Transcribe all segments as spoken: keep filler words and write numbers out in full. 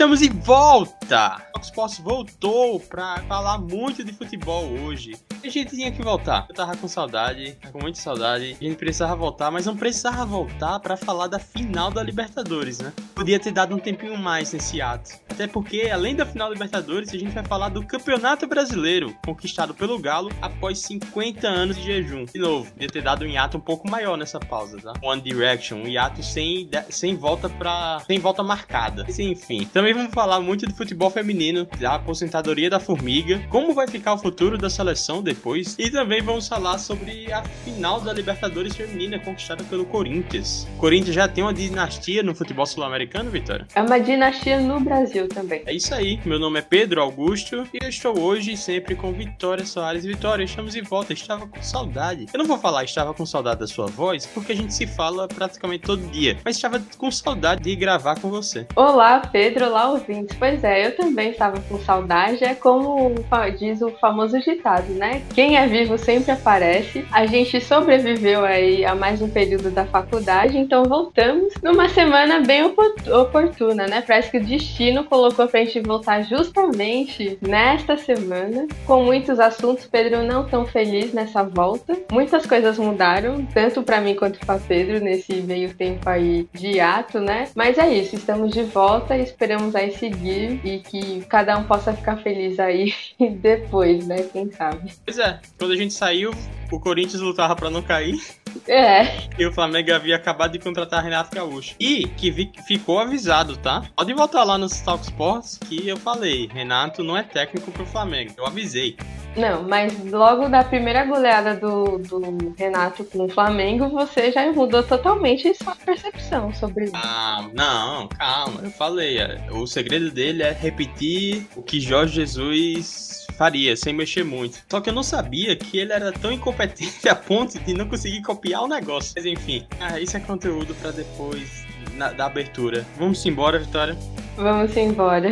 Estamos de volta! O Fox voltou pra falar muito de futebol hoje. A gente tinha que voltar. Eu tava com saudade, com muita saudade. A gente precisava voltar, mas não precisava voltar pra falar da final da Libertadores, né? Podia ter dado um tempinho mais nesse ato. Até porque, além da final da Libertadores, a gente vai falar do Campeonato Brasileiro, conquistado pelo Galo após cinquenta anos de jejum. De novo, podia ter dado um hiato um pouco maior nessa pausa, tá? One Direction, um hiato sem, sem volta pra... sem volta marcada. Mas, enfim, também vamos falar muito de futebol feminino, da aposentadoria da Formiga, como vai ficar o futuro da seleção depois, e também vamos falar sobre a final da Libertadores feminina conquistada pelo Corinthians. O Corinthians já tem uma dinastia no futebol sul-americano, Vitória? É uma dinastia no Brasil também. É isso aí, meu nome é Pedro Augusto e eu estou hoje sempre com Vitória Soares. Vitória, estamos de volta, estava com saudade. Eu não vou falar estava com saudade da sua voz, porque a gente se fala praticamente todo dia, mas estava com saudade de gravar com você. Olá, Pedro, olá, ouvintes. Pois é, eu também estava com saudade, é como diz o famoso ditado, né? Quem é vivo sempre aparece. A gente sobreviveu aí a mais um período da faculdade, então voltamos numa semana bem oportuna, né? Parece que o destino colocou pra gente voltar justamente nesta semana, com muitos assuntos. Pedro não tão feliz nessa volta. Muitas coisas mudaram, tanto pra mim quanto pra Pedro, nesse meio tempo aí de hiato, né? Mas é isso, estamos de volta e esperamos aí seguir e que cada um possa ficar feliz aí depois, né? Quem sabe. Pois é, quando a gente saiu, o Corinthians lutava pra não cair. É. E o Flamengo havia acabado de contratar Renato Gaúcho. E que vi, ficou avisado, tá? Pode voltar lá nos Talk Sports que eu falei, Renato não é técnico pro Flamengo. Eu avisei. Não, mas logo da primeira goleada do, do Renato com o Flamengo, você já mudou totalmente sua percepção sobre isso. Ah, não, calma. Eu falei, o segredo dele é repetir o que Jorge Jesus faria, sem mexer muito. Só que eu não sabia que ele era tão incompetente a ponto de não conseguir copiar o negócio. Mas enfim, ah, isso é conteúdo pra depois na, da abertura. Vamos embora, Vitória? Vamos embora.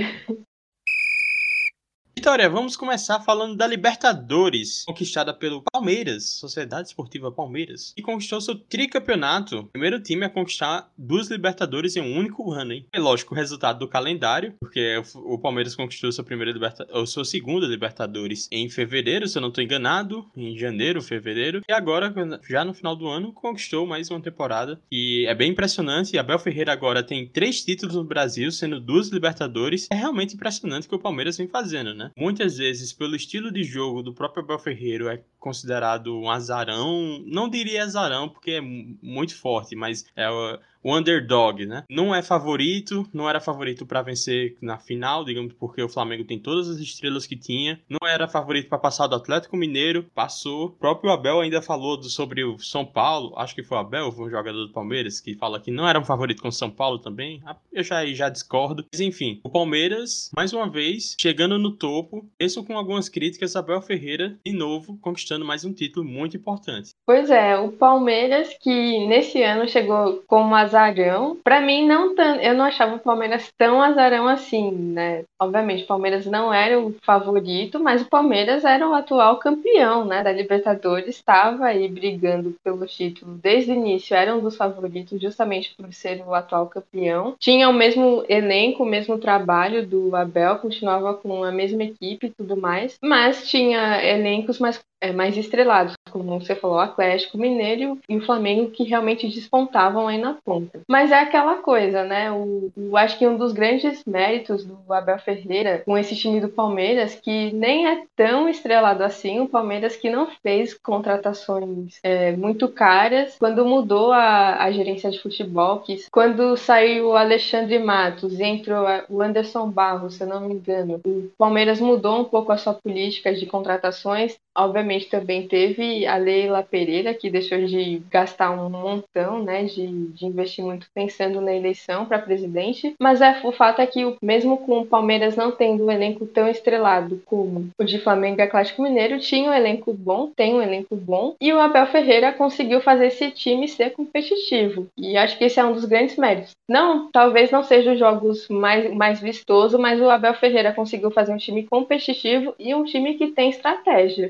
Vitória, vamos começar falando da Libertadores, conquistada pelo Palmeiras, Sociedade Esportiva Palmeiras, e conquistou seu tricampeonato. O primeiro time a conquistar duas Libertadores em um único ano, hein? É lógico o resultado do calendário, porque o Palmeiras conquistou sua primeira liberta... ou sua segunda Libertadores em fevereiro, se eu não estou enganado, em janeiro, fevereiro, e agora, já no final do ano, conquistou mais uma temporada, e é bem impressionante. Abel Ferreira agora tem três títulos no Brasil, sendo duas Libertadores. É realmente impressionante o que o Palmeiras vem fazendo, né? Muitas vezes, pelo estilo de jogo do próprio Abel Ferreira, é considerado um azarão. Não diria azarão, porque é muito forte, mas é o, o underdog, né? Não é favorito, não era favorito para vencer na final, digamos, porque o Flamengo tem todas as estrelas que tinha. Não era favorito para passar do Atlético Mineiro, passou. O próprio Abel ainda falou do, sobre o São Paulo, acho que foi o Abel, um jogador do Palmeiras, que fala que não era um favorito com o São Paulo também. Eu já, já discordo. Mas enfim, o Palmeiras, mais uma vez, chegando no topo, isso com algumas críticas, Abel Ferreira, de novo, conquistando mais um título muito importante. Pois é, o Palmeiras, que nesse ano chegou como azarão, pra mim não tão, eu não achava o Palmeiras tão azarão assim, né? Obviamente o Palmeiras não era o favorito, mas o Palmeiras era o atual campeão, né, da Libertadores, estava aí brigando pelo título desde o início, era um dos favoritos justamente por ser o atual campeão. Tinha o mesmo elenco, o mesmo trabalho do Abel, continuava com a mesma equipe e tudo mais, mas tinha elencos mais É, mais estrelados, como você falou, o Atlético Mineiro e o Flamengo, que realmente despontavam aí na ponta. Mas é aquela coisa, né? O, o, acho que um dos grandes méritos do Abel Ferreira com esse time do Palmeiras, que nem é tão estrelado assim, o Palmeiras que não fez contratações é, muito caras, quando mudou a, a gerência de futebol, que quando saiu o Alexandre Matos e entrou a, o Anderson Barros, se eu não me engano, o Palmeiras mudou um pouco a sua política de contratações. Obviamente também teve a Leila Pereira, que deixou de gastar um montão, né, de, de investir muito pensando na eleição para presidente, mas é, o fato é que o, mesmo com o Palmeiras não tendo um elenco tão estrelado como o de Flamengo e Atlético Mineiro, tinha um elenco bom, tem um elenco bom, e o Abel Ferreira conseguiu fazer esse time ser competitivo, e acho que esse é um dos grandes méritos. Não, talvez não seja os jogos mais, mais vistoso, mas o Abel Ferreira conseguiu fazer um time competitivo e um time que tem estratégia, que é muito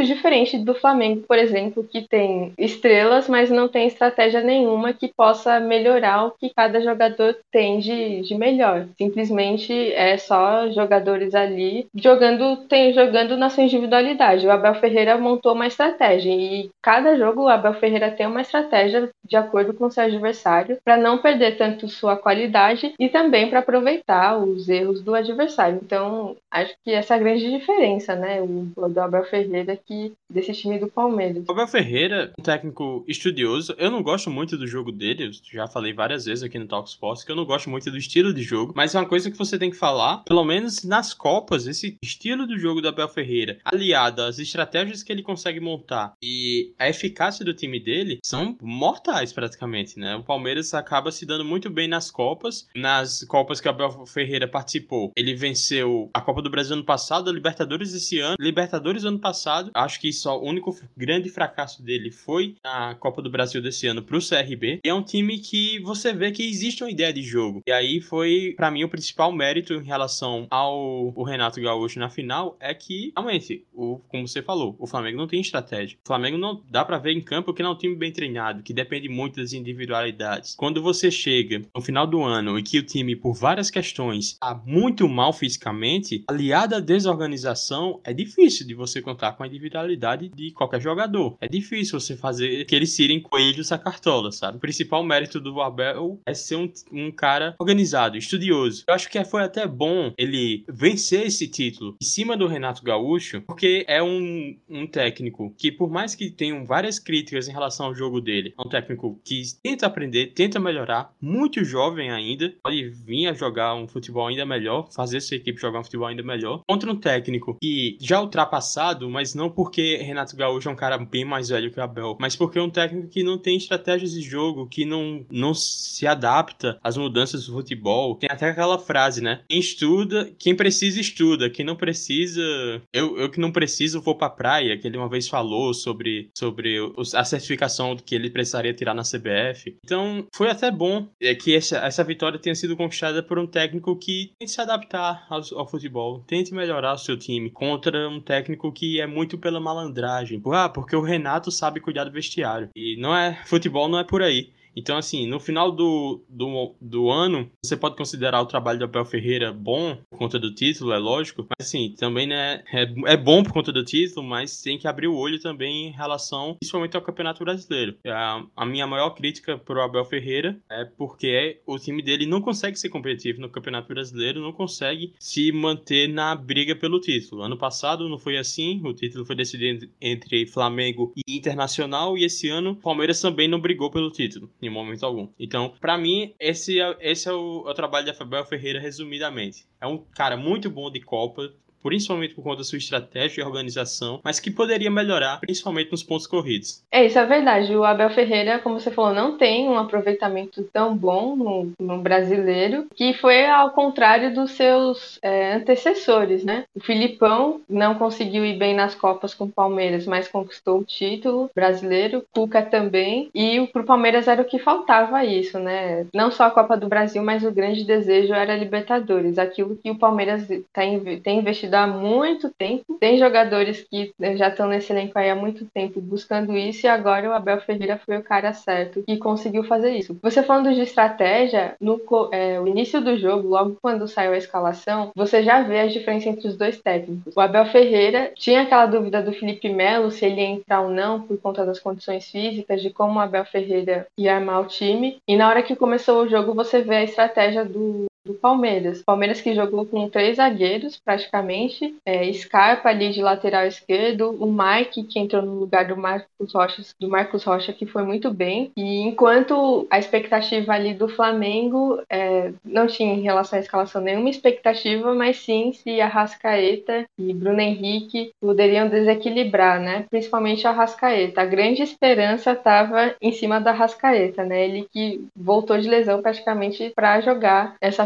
muito diferente do Flamengo, por exemplo, que tem estrelas, mas não tem estratégia nenhuma que possa melhorar o que cada jogador tem de, de melhor. Simplesmente é só jogadores ali jogando, tem, jogando na sua individualidade. O Abel Ferreira montou uma estratégia e cada jogo o Abel Ferreira tem uma estratégia de acordo com o seu adversário para não perder tanto sua qualidade e também para aproveitar os erros do adversário. Então, acho que essa é a grande diferença, né? O, o do Abel Ferreira que desse time do Palmeiras. O Abel Ferreira, um técnico estudioso, eu não gosto muito do jogo dele, eu já falei várias vezes aqui no Talk Sports que eu não gosto muito do estilo de jogo, mas é uma coisa que você tem que falar, pelo menos nas Copas, esse estilo do jogo do Abel Ferreira, aliado às estratégias que ele consegue montar e a eficácia do time dele, são mortais praticamente, né? O Palmeiras acaba se dando muito bem nas Copas, nas Copas que o Abel Ferreira participou, ele venceu a Copa do Brasil ano passado, a Libertadores esse ano, Libertadores ano passado, acho que só o único grande fracasso dele foi a Copa do Brasil desse ano pro C R B, e é um time que você vê que existe uma ideia de jogo, e aí foi, pra mim, o principal mérito em relação ao o Renato Gaúcho na final, é que, realmente, o, como você falou, o Flamengo não tem estratégia, o Flamengo não dá pra ver em campo que não é um time bem treinado, que depende muito das individualidades. Quando você chega no final do ano e que o time, por várias questões, tá muito mal fisicamente, aliado à desorganização, é difícil de você contar com a individualidade de qualquer jogador. É difícil você fazer que eles tirem coelhos a cartola, sabe? O principal mérito do Abel é ser um, um cara organizado, estudioso. Eu acho que foi até bom ele vencer esse título em cima do Renato Gaúcho, porque é um, um técnico que, por mais que tenham várias críticas em relação ao jogo dele, é um técnico que tenta aprender, tenta melhorar, muito jovem ainda, pode vir a jogar um futebol ainda melhor, fazer sua equipe jogar um futebol ainda melhor, contra um técnico que já ultrapassado, mas não porque Renato Gaúcho é um cara bem mais velho que o Abel, mas porque é um técnico que não tem estratégias de jogo, que não, não se adapta às mudanças do futebol. Tem até aquela frase, né? Quem estuda, quem precisa estuda, quem não precisa, eu, eu que não preciso vou pra praia, que ele uma vez falou sobre, sobre a certificação que ele precisaria tirar na C B F. Então, foi até bom é, que essa, essa vitória tenha sido conquistada por um técnico que tente se adaptar ao, ao futebol, tente melhorar o seu time, contra um técnico que é muito pela malandragem. Ah, porque o Renato sabe cuidar do vestiário. E não é, futebol não é por aí. Então, assim, no final do, do, do ano, você pode considerar o trabalho do Abel Ferreira bom por conta do título, é lógico. Mas, assim, também né, é, é bom por conta do título, mas tem que abrir o olho também em relação, principalmente ao Campeonato Brasileiro. A, a minha maior crítica pro Abel Ferreira é porque o time dele não consegue ser competitivo no Campeonato Brasileiro, não consegue se manter na briga pelo título. Ano passado não foi assim, o título foi decidido entre Flamengo e Internacional, e esse ano o Palmeiras também não brigou pelo título em momento algum. Então, pra mim, esse é, esse é o, é o trabalho de Abel Ferreira resumidamente. É um cara muito bom de Copa, principalmente por conta da sua estratégia e organização, mas que poderia melhorar, principalmente nos pontos corridos. É, isso é verdade. O Abel Ferreira, como você falou, não tem um aproveitamento tão bom no, no brasileiro, que foi ao contrário dos seus é, antecessores, né? O Filipão não conseguiu ir bem nas Copas com o Palmeiras, mas conquistou o título brasileiro, Cuca também, e pro Palmeiras era o que faltava isso, né? Não só a Copa do Brasil, mas o grande desejo era a Libertadores, aquilo que o Palmeiras tem, tem investido há muito tempo. Tem jogadores que já estão nesse elenco aí há muito tempo buscando isso, e agora o Abel Ferreira foi o cara certo e conseguiu fazer isso. Você falando de estratégia, no é, o início do jogo, logo quando saiu a escalação, você já vê a diferença entre os dois técnicos. O Abel Ferreira tinha aquela dúvida do Felipe Melo, se ele ia entrar ou não, por conta das condições físicas, de como o Abel Ferreira ia armar o time, e na hora que começou o jogo, você vê a estratégia do do Palmeiras. Palmeiras que jogou com três zagueiros, praticamente. É, Scarpa ali de lateral esquerdo, o Mike, que entrou no lugar do Marcos Rocha, do Marcos Rocha, que foi muito bem. E enquanto a expectativa ali do Flamengo é, não tinha em relação à escalação nenhuma expectativa, mas sim se a Arrascaeta e Bruno Henrique poderiam desequilibrar, né? Principalmente a Arrascaeta. A grande esperança estava em cima da Arrascaeta, né? Ele que voltou de lesão praticamente para jogar essa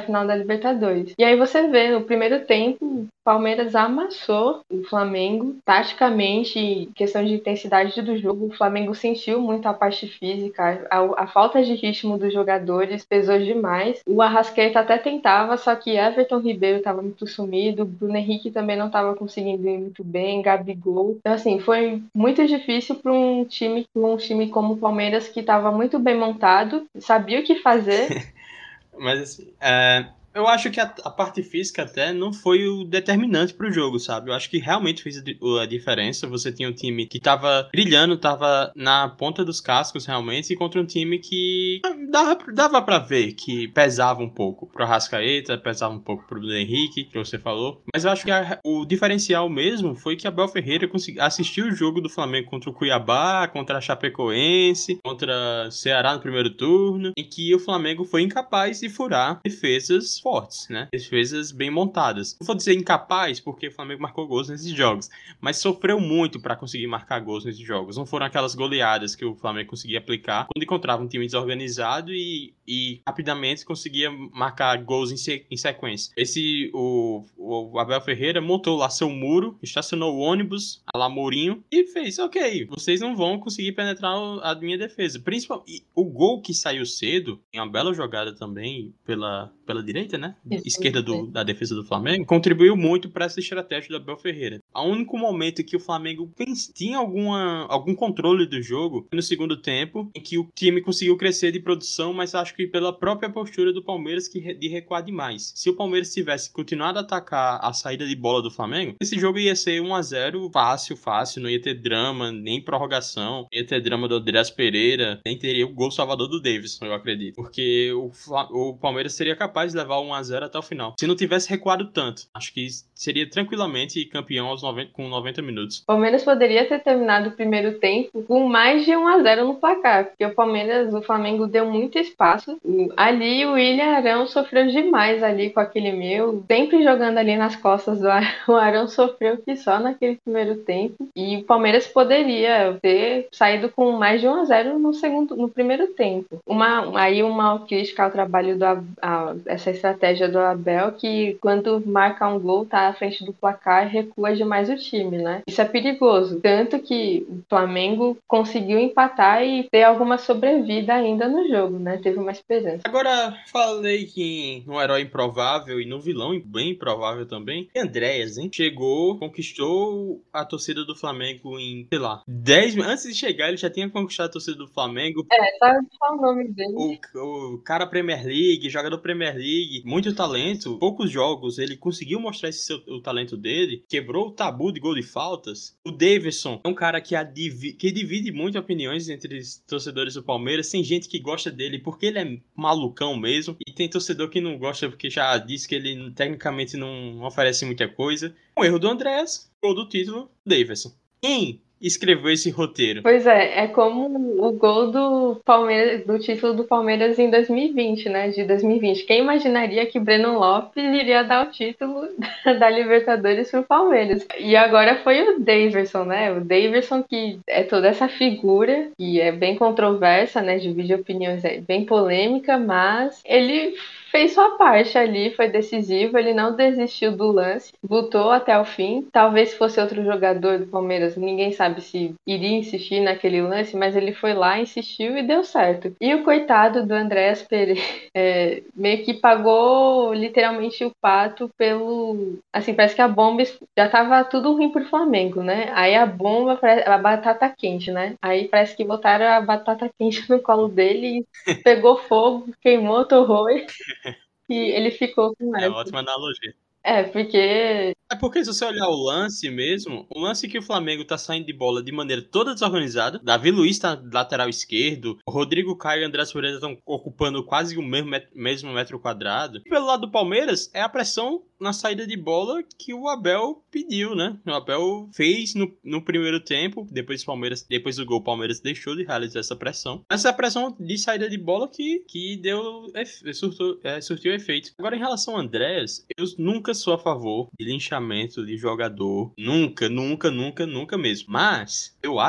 final da Libertadores. E aí você vê, no primeiro tempo, o Palmeiras amassou o Flamengo, taticamente, em questão de intensidade do jogo, o Flamengo sentiu muito a parte física, a, a falta de ritmo dos jogadores pesou demais. O Arrascaeta até tentava, só que Everton Ribeiro estava muito sumido, Bruno Henrique também não estava conseguindo ir muito bem, Gabigol. Então, assim, foi muito difícil para um time, pra um time como o Palmeiras, que estava muito bem montado, sabia o que fazer. Mas assim, é, eu acho que a, a parte física até não foi o determinante pro jogo, sabe? Eu acho que realmente fez a, di- a diferença. Você tinha um time que tava brilhando, tava na ponta dos cascos realmente, e contra um time que dava, dava pra ver que pesava um pouco pro Arrascaeta, pesava um pouco pro Bruno Henrique, que você falou. Mas eu acho que a- o diferencial mesmo foi que Abel Ferreira consegui, assistiu o jogo do Flamengo contra o Cuiabá, contra a Chapecoense, contra Ceará no primeiro turno, em que o Flamengo foi incapaz de furar defesas fortes, né? Defesas bem montadas. Não vou dizer incapaz, porque o Flamengo marcou gols nesses jogos, mas sofreu muito para conseguir marcar gols nesses jogos. Não foram aquelas goleadas que o Flamengo conseguia aplicar quando encontrava um time desorganizado e, e rapidamente conseguia marcar gols em, se, em sequência. Esse, o, o Abel Ferreira montou lá seu muro, estacionou o ônibus, a lá Mourinho, e fez, ok, vocês não vão conseguir penetrar a minha defesa. Principalmente, o gol que saiu cedo, em uma bela jogada também pela, pela direita, né? Esquerda do, da defesa do Flamengo, contribuiu muito para essa estratégia do Abel Ferreira. O único momento que o Flamengo tinha alguma, algum controle do jogo foi no segundo tempo, em que o time conseguiu crescer de produção, mas acho que pela própria postura do Palmeiras que de recuar demais. Se o Palmeiras tivesse continuado a atacar a saída de bola do Flamengo, esse jogo ia ser um a zero fácil, fácil, não ia ter drama, nem prorrogação, não ia ter drama do Andreas Pereira, nem teria o gol salvador do Davidson, eu acredito. Porque o, o Palmeiras seria capaz de levar um a zero até o final. Se não tivesse recuado tanto, acho que seria tranquilamente campeão aos noventa, com noventa minutos. O Palmeiras poderia ter terminado o primeiro tempo com mais de um a zero no placar, porque o Palmeiras, o Flamengo deu muito espaço. Ali o William Arão sofreu demais ali com aquele meu, sempre jogando ali nas costas do Arão. O Arão sofreu que só naquele primeiro tempo. E o Palmeiras poderia ter saído com mais de um a zero no segundo, no primeiro tempo. Uma, aí uma crítica ao trabalho do a, essa estratégia do Abel, que quando marca um gol, tá à frente do placar, recua demais o time, né? Isso é perigoso. Tanto que o Flamengo conseguiu empatar e ter alguma sobrevida ainda no jogo, né? Teve uma esperança. Agora, falei que no herói improvável e no vilão bem improvável também, Andréas, hein? Chegou, conquistou a torcida do Flamengo em, sei lá, dez antes de chegar, ele já tinha conquistado a torcida do Flamengo. É, sabe só o nome dele. O, o cara Premier League, jogador Premier League, muito talento, poucos jogos, ele conseguiu mostrar esse seu, o talento dele, quebrou o tabu de gol de faltas. O Davidson é um cara que, adiv, que divide muito opiniões entre os torcedores do Palmeiras, tem gente que gosta dele porque ele é malucão mesmo, e tem torcedor que não gosta porque já disse que ele tecnicamente não oferece muita coisa. O erro do Andrés, gol do título, Davidson. Quem escreveu esse roteiro? Pois é, é como o gol do Palmeiras, do título do Palmeiras em dois mil e vinte, né? De dois mil e vinte. Quem imaginaria que Breno Lopes iria dar o título da Libertadores pro Palmeiras? E agora foi o Daverson, né? O Daverson, que é toda essa figura e é bem controversa, né? Divide opiniões, é bem polêmica, mas ele fez sua parte ali, foi decisivo, ele não desistiu do lance, lutou até o fim. Talvez se fosse outro jogador do Palmeiras, ninguém sabe se iria insistir naquele lance, mas ele foi lá, insistiu e deu certo. E o coitado do Andreas Pereira é, meio que pagou literalmente o pato pelo... Assim, parece que a bomba já tava tudo ruim pro Flamengo, né? Aí a bomba, a batata quente, né? Aí parece que botaram a batata quente no colo dele e pegou fogo, queimou, torrou e e ele ficou com É essa. uma ótima analogia. É, porque. É porque se você olhar o lance mesmo, o lance que o Flamengo tá saindo de bola de maneira toda desorganizada, Davi Luiz tá lateral esquerdo, o Rodrigo Caio e o André Pereira estão ocupando quase o mesmo metro, mesmo metro quadrado. E pelo lado do Palmeiras, é a pressão na saída de bola que o Abel pediu, né? O Abel fez no, no primeiro tempo, depois, Palmeiras, depois do gol, o Palmeiras deixou de realizar essa pressão. Essa pressão de saída de bola que, que deu, surtou, é, surtiu efeito. Agora, em relação ao Andréas, eu nunca sou a favor de linchamento de jogador. Nunca, nunca, nunca, nunca mesmo. Mas eu acho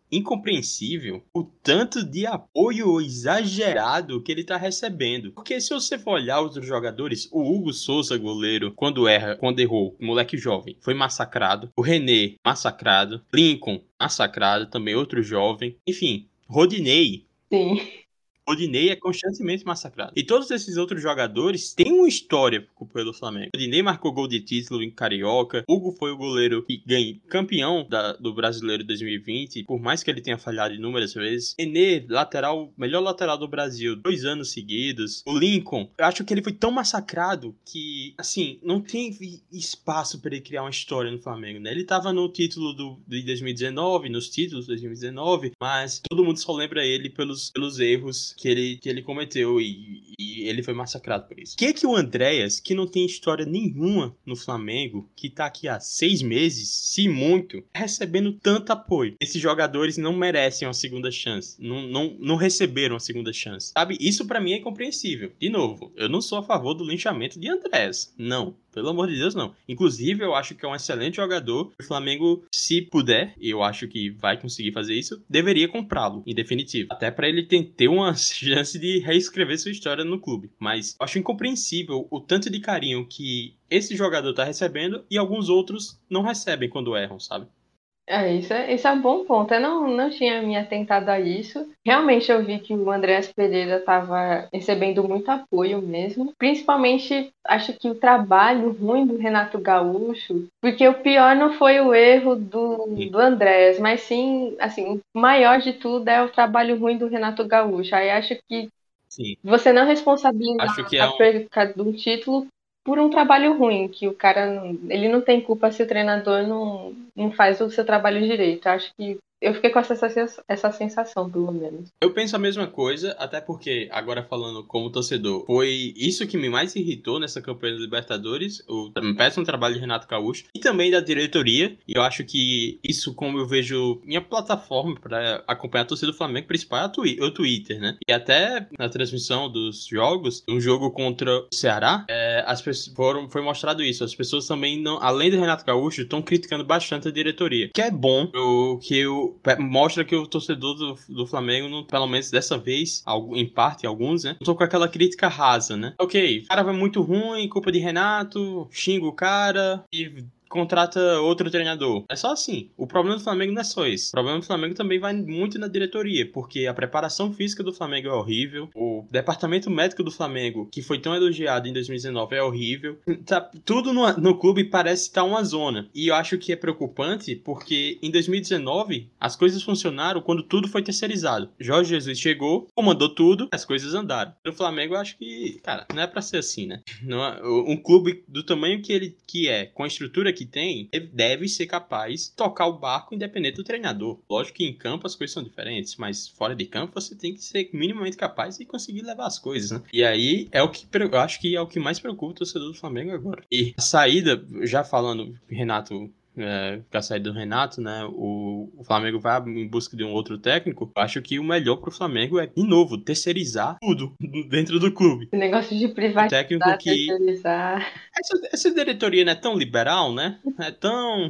incompreensível o tanto de apoio exagerado que ele tá recebendo. Porque se você for olhar outros jogadores, o Hugo Souza, goleiro, quando erra, quando errou, moleque jovem, foi massacrado. O René, massacrado. Lincoln, massacrado, também outro jovem. Enfim, Rodinei. Sim. Rodinei é constantemente massacrado. E todos esses outros jogadores têm uma história pelo Flamengo. Rodinei marcou gol de título em Carioca. Hugo foi o goleiro que ganhou campeão da, do Brasileiro dois mil e vinte, por mais que ele tenha falhado inúmeras vezes. Enê, lateral, melhor lateral do Brasil, dois anos seguidos. O Lincoln, eu acho que ele foi tão massacrado que, assim, não tem espaço para ele criar uma história no Flamengo, né? Ele tava no título do, de dois mil e dezenove, nos títulos de dois mil e dezenove, mas todo mundo só lembra ele pelos, pelos erros que ele, que ele cometeu e, e ele foi massacrado por isso. O que é que o Andréas, que não tem história nenhuma no Flamengo, que tá aqui há seis meses, se muito, recebendo tanto apoio? Esses jogadores não merecem uma segunda chance, não, não, não receberam uma segunda chance, sabe? Isso pra mim é incompreensível. De novo, eu não sou a favor do linchamento de Andréas, não. Pelo amor de Deus, não. Inclusive, eu acho que é um excelente jogador. O Flamengo, se puder, e eu acho que vai conseguir fazer isso, deveria comprá-lo, em definitivo. Até pra ele ter, ter uma chance de reescrever sua história no clube. Mas eu acho incompreensível o tanto de carinho que esse jogador tá recebendo e alguns outros não recebem quando erram, sabe? É, isso é, isso é um bom ponto. Eu não, não tinha me atentado a isso. Realmente eu vi que o Andréas Pereira estava recebendo muito apoio mesmo. Principalmente, acho que o trabalho ruim do Renato Gaúcho, porque o pior não foi o erro do, do Andréas, mas sim, assim, o maior de tudo é o trabalho ruim do Renato Gaúcho. Aí acho que Sim. você não responsabilizar Acho que é a um... perca de um título por um trabalho ruim, que o cara, ele não tem culpa se o treinador não, não faz o seu trabalho direito. Acho que eu fiquei com essa, essa sensação, pelo menos. Eu penso a mesma coisa, até porque, agora falando como torcedor, foi isso que me mais irritou nessa campanha da Libertadores, o péssimo trabalho de Renato Gaúcho, e também da diretoria, e eu acho que isso, como eu vejo minha plataforma para acompanhar a torcida do Flamengo, principal é o, twi- o Twitter, né? E até na transmissão dos jogos, um jogo contra o Ceará, é, as pessoas foram, foi mostrado isso, as pessoas também, não, além do Renato Gaúcho, estão criticando bastante a diretoria, que é bom, o, que o mostra que o torcedor do, do Flamengo, não, pelo menos dessa vez, em parte, alguns, né, não tô com aquela crítica rasa, né? Ok, o cara vai muito ruim, culpa de Renato, xinga o cara e contrata outro treinador. É só assim. O problema do Flamengo não é só esse. O problema do Flamengo também vai muito na diretoria, porque a preparação física do Flamengo é horrível. O departamento médico do Flamengo, que foi tão elogiado em dois mil e dezenove, é horrível. Tá, tudo no, no clube parece estar uma zona. E eu acho que é preocupante, porque em dois mil e dezenove, as coisas funcionaram quando tudo foi terceirizado. Jorge Jesus chegou, comandou tudo, as coisas andaram. No Flamengo, eu acho que, cara, não é pra ser assim, né? Não é, um clube do tamanho que ele que é, com a estrutura que tem, ele deve ser capaz de tocar o barco independente do treinador. Lógico que em campo as coisas são diferentes, mas fora de campo você tem que ser minimamente capaz de conseguir levar as coisas, né? E aí é o que eu acho que é o que mais preocupa o torcedor do Flamengo agora. E a saída, já falando, Renato, É, com a saída do Renato, né, o, o Flamengo vai em busca de um outro técnico. Eu acho que o melhor pro Flamengo é, de novo, terceirizar tudo dentro do clube. Esse negócio de Um privatizar, técnico que... terceirizar... Essa, essa diretoria não é tão liberal, né? É tão,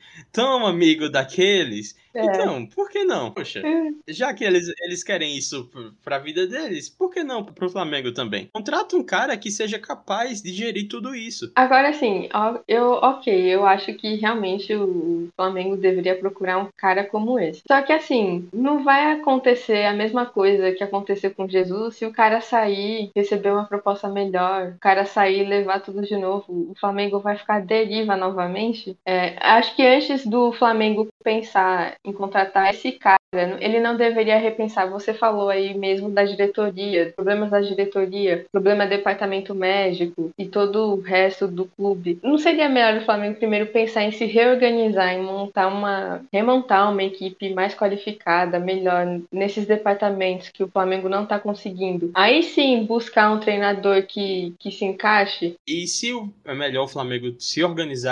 tão amigo daqueles. É. Então, por que não? Poxa, já que eles, eles querem isso pra vida deles, por que não pro Flamengo também? Contrata um cara que seja capaz de gerir tudo isso. Agora, assim, ó, eu, ok, eu acho que realmente o Flamengo deveria procurar um cara como esse. Só que, assim, não vai acontecer a mesma coisa que aconteceu com Jesus se o cara sair, receber uma proposta melhor, o cara sair e levar tudo de novo, o Flamengo vai ficar à deriva novamente. É, acho que antes do Flamengo pensar em contratar esse cara, ele não deveria repensar. Você falou aí mesmo da diretoria, problemas da diretoria, problema do departamento médico e todo o resto do clube. Não seria melhor o Flamengo primeiro pensar em se reorganizar, em montar uma, remontar uma equipe mais qualificada, melhor nesses departamentos que o Flamengo não está conseguindo? Aí sim buscar um treinador que, que se encaixe. E se o, é melhor o Flamengo se organizar antes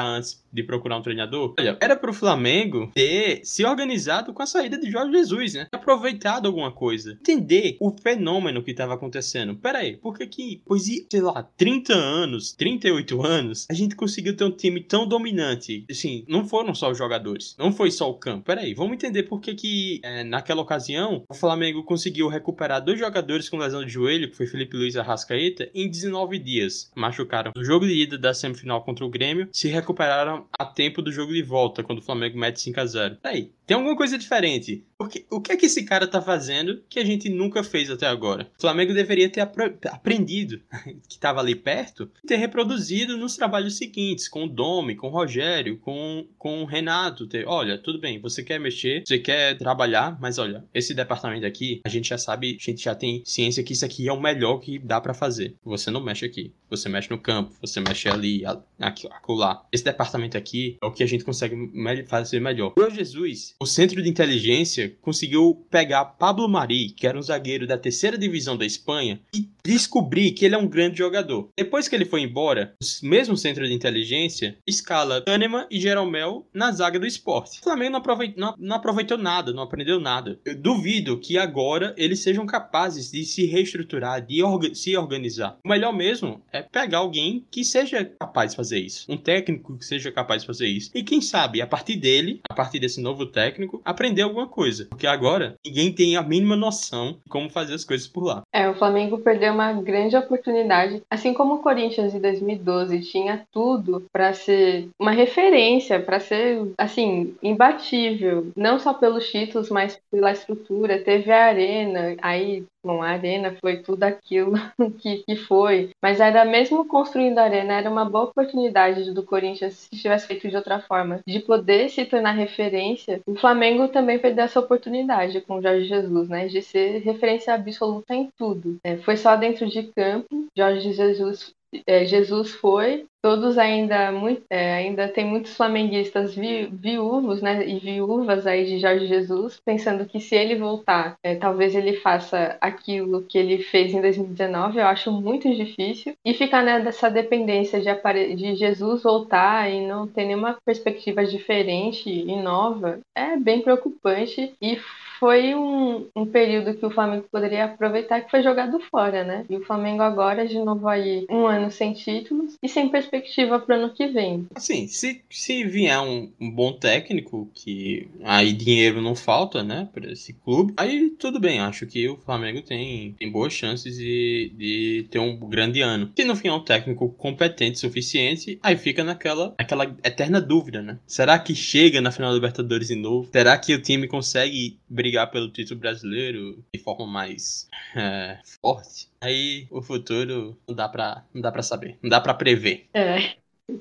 de procurar um treinador? Olha, era pro Flamengo ter se organizado com a saída de Jorge Jesus, né? Aproveitado alguma coisa. Entender o fenômeno que estava acontecendo. Pera aí, por que que, pois, sei lá, trinta anos, trinta e oito anos, a gente conseguiu ter um time tão dominante? Assim, não foram só os jogadores, não foi só o campo. Pera aí, vamos entender por que que, é, naquela ocasião, o Flamengo conseguiu recuperar dois jogadores com lesão de joelho, que foi Felipe Luiz e Arrascaeta, em dezenove dias. Machucaram no jogo de ida da semifinal contra o Grêmio, se recuperaram a tempo do jogo de volta, quando o Flamengo mete cinco a zero. Aí, tem alguma coisa diferente. Porque, o que é que esse cara tá fazendo que a gente nunca fez até agora? O Flamengo deveria ter apro- aprendido, que estava ali perto, e ter reproduzido nos trabalhos seguintes, com o Domi, com o Rogério, com, com o Renato. Ter, olha, tudo bem, você quer mexer, você quer trabalhar, mas olha, esse departamento aqui, a gente já sabe, a gente já tem ciência que isso aqui é o melhor que dá pra fazer. Você não mexe aqui, você mexe no campo, você mexe ali, aqui, acolá. Esse departamento aqui é o que a gente consegue me- fazer melhor. O Jesus, o centro de inteligência, conseguiu pegar Pablo Mari, que era um zagueiro da terceira divisão da Espanha, e descobrir que ele é um grande jogador. Depois que ele foi embora, o mesmo centro de inteligência escala Kahneman e Jeromel na zaga do Sport. O Flamengo não aproveitou, não, não aproveitou nada, não aprendeu nada. Eu duvido que agora eles sejam capazes de se reestruturar, de orga- se organizar. O melhor mesmo é pegar alguém que seja capaz de fazer isso. Um técnico que seja capaz de fazer isso. E quem sabe, a partir dele, a partir desse novo técnico, aprender alguma coisa. Porque agora, ninguém tem a mínima noção de como fazer as coisas por lá. É, o Flamengo perdeu uma grande oportunidade, assim como o Corinthians em dois mil e doze tinha tudo para ser uma referência, para ser assim imbatível, não só pelos títulos, mas pela estrutura. Teve a Arena, aí bom, a Arena foi tudo aquilo que, que foi, mas era mesmo construindo a Arena, era uma boa oportunidade do Corinthians, se tivesse feito de outra forma, de poder se tornar referência. O Flamengo também perdeu essa oportunidade com o Jorge Jesus, né, de ser referência absoluta em tudo. É, foi só dentro de campo, Jorge Jesus É, Jesus foi, todos ainda muito, é, ainda tem muitos flamenguistas vi, viúvos, né, e viúvas aí de Jorge Jesus, pensando que se ele voltar, é, talvez ele faça aquilo que ele fez em dois mil e dezenove. Eu acho muito difícil, e ficar nessa dependência de, apare- de Jesus voltar e não ter nenhuma perspectiva diferente e nova é bem preocupante, e foi um, um período que o Flamengo poderia aproveitar, que foi jogado fora, né? E o Flamengo agora, de novo aí, um ano sem títulos e sem perspectiva para o ano que vem. Assim, se, se vier um, um bom técnico, que aí dinheiro não falta, né, para esse clube, aí tudo bem, acho que o Flamengo tem, tem boas chances de, de ter um grande ano. Se não vier um técnico competente o suficiente, aí fica naquela, naquela eterna dúvida, né? Será que chega na final da Libertadores de novo? Será que o time consegue brigar pelo título brasileiro de forma mais é, forte? Aí o futuro não dá pra, não dá pra saber, não dá pra prever. É.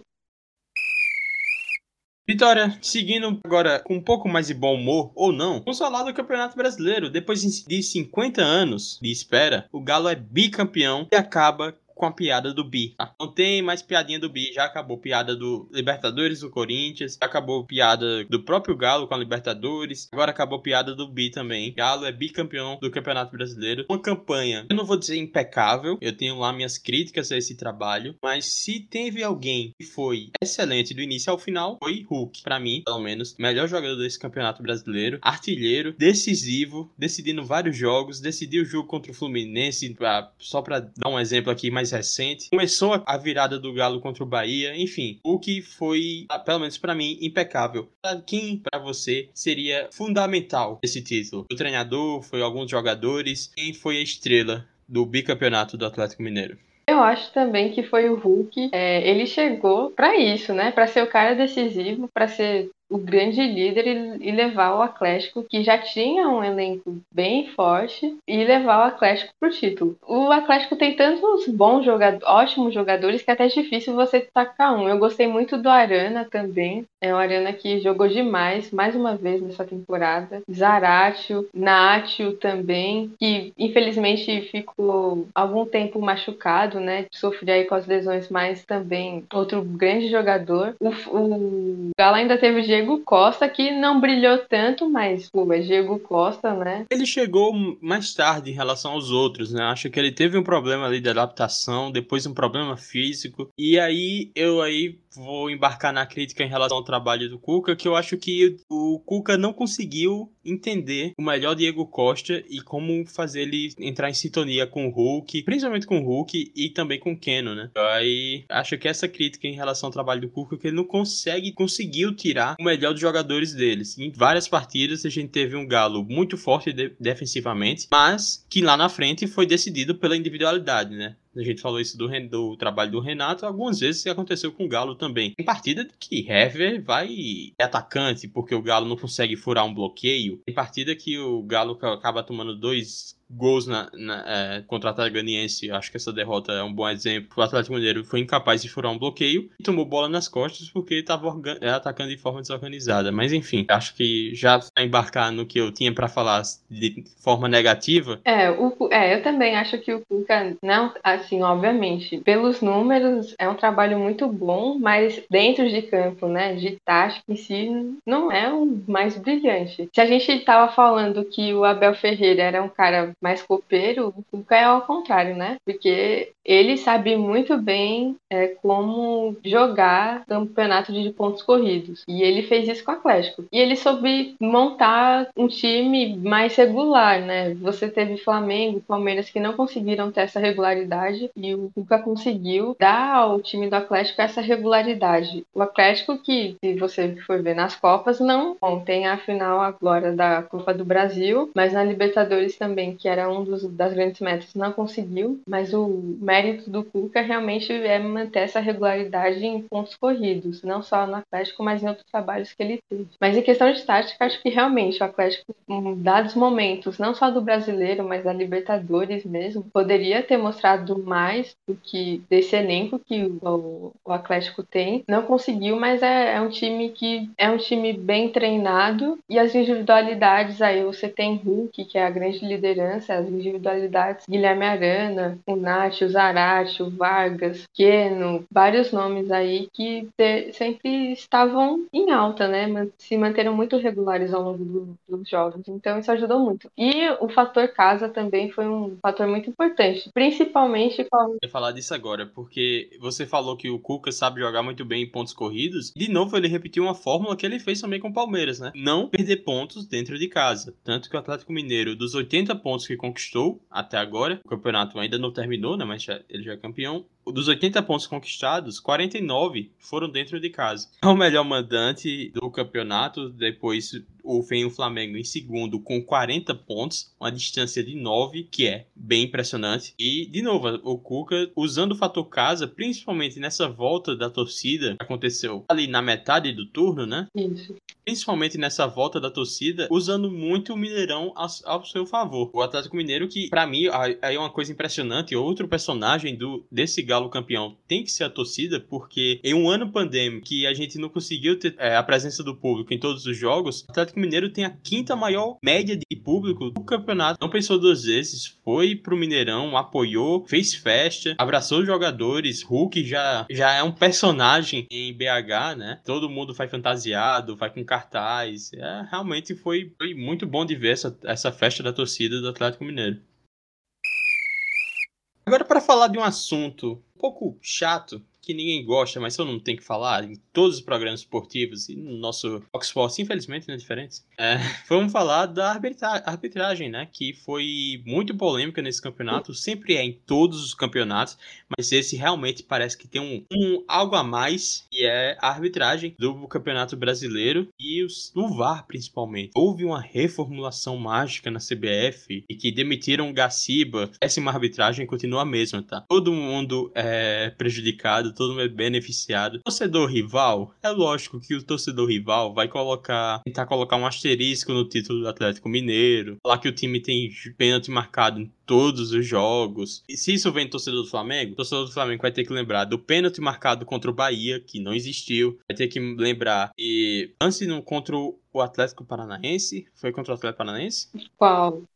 Vitória, seguindo agora com um pouco mais de bom humor, ou não, vamos falar do Campeonato Brasileiro. Depois de cinquenta anos de espera, o Galo é bicampeão e acaba com a piada do bi. Tá? Não tem mais piadinha do bi, já acabou piada do Libertadores do Corinthians, já acabou piada do próprio Galo com a Libertadores, agora acabou piada do bi também. Galo é bicampeão do Campeonato Brasileiro. Uma campanha, eu não vou dizer impecável, eu tenho lá minhas críticas a esse trabalho, mas se teve alguém que foi excelente do início ao final, foi Hulk. Pra mim, pelo menos, melhor jogador desse Campeonato Brasileiro, artilheiro, decisivo, decidindo vários jogos, decidiu o jogo contra o Fluminense, pra, só pra dar um exemplo aqui mais recente. Começou a virada do Galo contra o Bahia, enfim, o que foi, pelo menos pra mim, impecável. Pra quem, pra você, seria fundamental esse título? O treinador, foi alguns jogadores, quem foi a estrela do bicampeonato do Atlético Mineiro? Eu acho também que foi o Hulk. É, ele chegou para isso, né? Para ser o cara decisivo, para ser o grande líder e, e levar o Atlético, que já tinha um elenco bem forte, e levar o Atlético pro título. O Atlético tem tantos bons jogadores, ótimos jogadores, que é até difícil você destacar um. Eu gostei muito do Arana também. É um Arana que jogou demais, mais uma vez nessa temporada. Zaratio, Nacho também, que infelizmente ficou algum tempo machucado, né? Sofreu aí com as lesões, mas também outro grande jogador. O, o Galo ainda teve o Diego Diego Costa, que não brilhou tanto, mas, pô, é Diego Costa, né? Ele chegou mais tarde em relação aos outros, né? Acho que ele teve um problema ali de adaptação, depois um problema físico. E aí eu aí vou embarcar na crítica em relação ao trabalho do Cuca, que eu acho que o Cuca não conseguiu entender o melhor Diego Costa e como fazer ele entrar em sintonia com o Hulk, principalmente com o Hulk e também com o Keno, né? Aí acho que essa crítica em relação ao trabalho do Cuca, que ele não consegue, conseguiu tirar o melhor dos jogadores deles. Em várias partidas a gente teve um Galo muito forte de- defensivamente, mas que lá na frente foi decidido pela individualidade, né? A gente falou isso do, Ren- do trabalho do Renato, algumas vezes isso aconteceu com o Galo também. Tem partida que Hever vai é atacante, porque o Galo não consegue furar um bloqueio. Tem partida que o Galo acaba tomando dois gols na, na, é, contra o Atlético Goianiense. Acho que essa derrota é um bom exemplo. O Atlético Mineiro foi incapaz de furar um bloqueio e tomou bola nas costas porque estava atacando de forma desorganizada. Mas enfim, acho que já pra embarcar no que eu tinha para falar de forma negativa. É, o, Cu- é, eu também acho que o Cuca, não, assim, obviamente, pelos números, é um trabalho muito bom, mas dentro de campo, né, de tática em si, não é o mais brilhante. Se a gente estava falando que o Abel Ferreira era um cara mais copeiro, o Cuca é ao contrário, né? Porque ele sabe muito bem é, como jogar campeonato de pontos corridos. E ele fez isso com o Atlético. E ele soube montar um time mais regular, né? Você teve Flamengo, Palmeiras que não conseguiram ter essa regularidade e o Cuca conseguiu dar ao time do Atlético essa regularidade. O Atlético que, se você for ver nas Copas, não bom, tem a final agora da Copa do Brasil, mas na Libertadores também, que era um dos, das grandes metas, não conseguiu. Mas o mérito do Cuca realmente é manter essa regularidade em pontos corridos, não só no Atlético, mas em outros trabalhos que ele teve. Mas em questão de tática, acho que realmente o Atlético, em dados momentos, não só do brasileiro, mas da Libertadores mesmo, poderia ter mostrado mais do que desse elenco que o, o Atlético tem. Não conseguiu, mas é, é um time que é um time bem treinado e as individualidades aí você tem Hulk, que é a grande liderança, as individualidades Guilherme Arana, o Nath, o Zarate, o Vargas, Keno, vários nomes aí que te, sempre estavam em alta, né? Se manteram muito regulares ao longo do, dos jogos. Então isso ajudou muito. E o fator casa também foi um fator muito importante, principalmente com a... Eu ia falar disso agora, porque você falou que o Cuca sabe jogar muito bem em pontos corridos. De novo, ele repetiu uma fórmula que ele fez também com o Palmeiras, né? Não perder pontos dentro de casa. Tanto que o Atlético Mineiro, dos oitenta pontos que conquistou até agora, o campeonato ainda não terminou, né? Mas já, ele já é campeão. Dos oitenta pontos conquistados, quarenta e nove foram dentro de casa. É o melhor mandante do campeonato. Depois o vem o Flamengo em segundo com quarenta pontos, uma distância de nove, que é bem impressionante. E, de novo, o Cuca usando o fator casa, principalmente nessa volta da torcida, que aconteceu ali na metade do turno, né? Isso. Principalmente nessa volta da torcida, usando muito o Mineirão ao, ao seu favor. O Atlético Mineiro, que pra mim aí é uma coisa impressionante, outro personagem do, desse Galo campeão tem que ser a torcida, porque em um ano pandêmico que a gente não conseguiu ter é, a presença do público em todos os jogos, o Atlético Mineiro tem a quinta maior média de público do campeonato. Não pensou duas vezes, foi pro Mineirão, apoiou, fez festa, abraçou os jogadores. Hulk já, já é um personagem em B H, né? Todo mundo vai fantasiado, vai com cartaz. É, realmente foi, foi muito bom de ver essa, essa festa da torcida do Atlético Mineiro. Agora, para falar de um assunto um pouco chato, que ninguém gosta, mas eu não tenho que falar em todos os programas esportivos e no nosso Fox Sports, infelizmente, não é diferente. É, vamos falar da arbitra arbitragem, né? Que foi muito polêmica nesse campeonato, sempre é em todos os campeonatos, mas esse realmente parece que tem um, um algo a mais, e é a arbitragem do Campeonato Brasileiro e os, do V A R, principalmente. Houve uma reformulação mágica na C B F e que demitiram o Gaciba. Essa arbitragem continua a mesma, tá? Todo mundo é prejudicado, todo mundo é beneficiado. Torcedor rival, é lógico que o torcedor rival vai colocar, tentar colocar um asterisco no título do Atlético Mineiro, falar que o time tem pênalti marcado em todos os jogos. E se isso vem do torcedor do Flamengo, o torcedor do Flamengo vai ter que lembrar do pênalti marcado contra o Bahia, que não existiu. Vai ter que lembrar e antes não contra o Atlético Paranaense, foi contra o Atlético Paranaense? Qual? Teve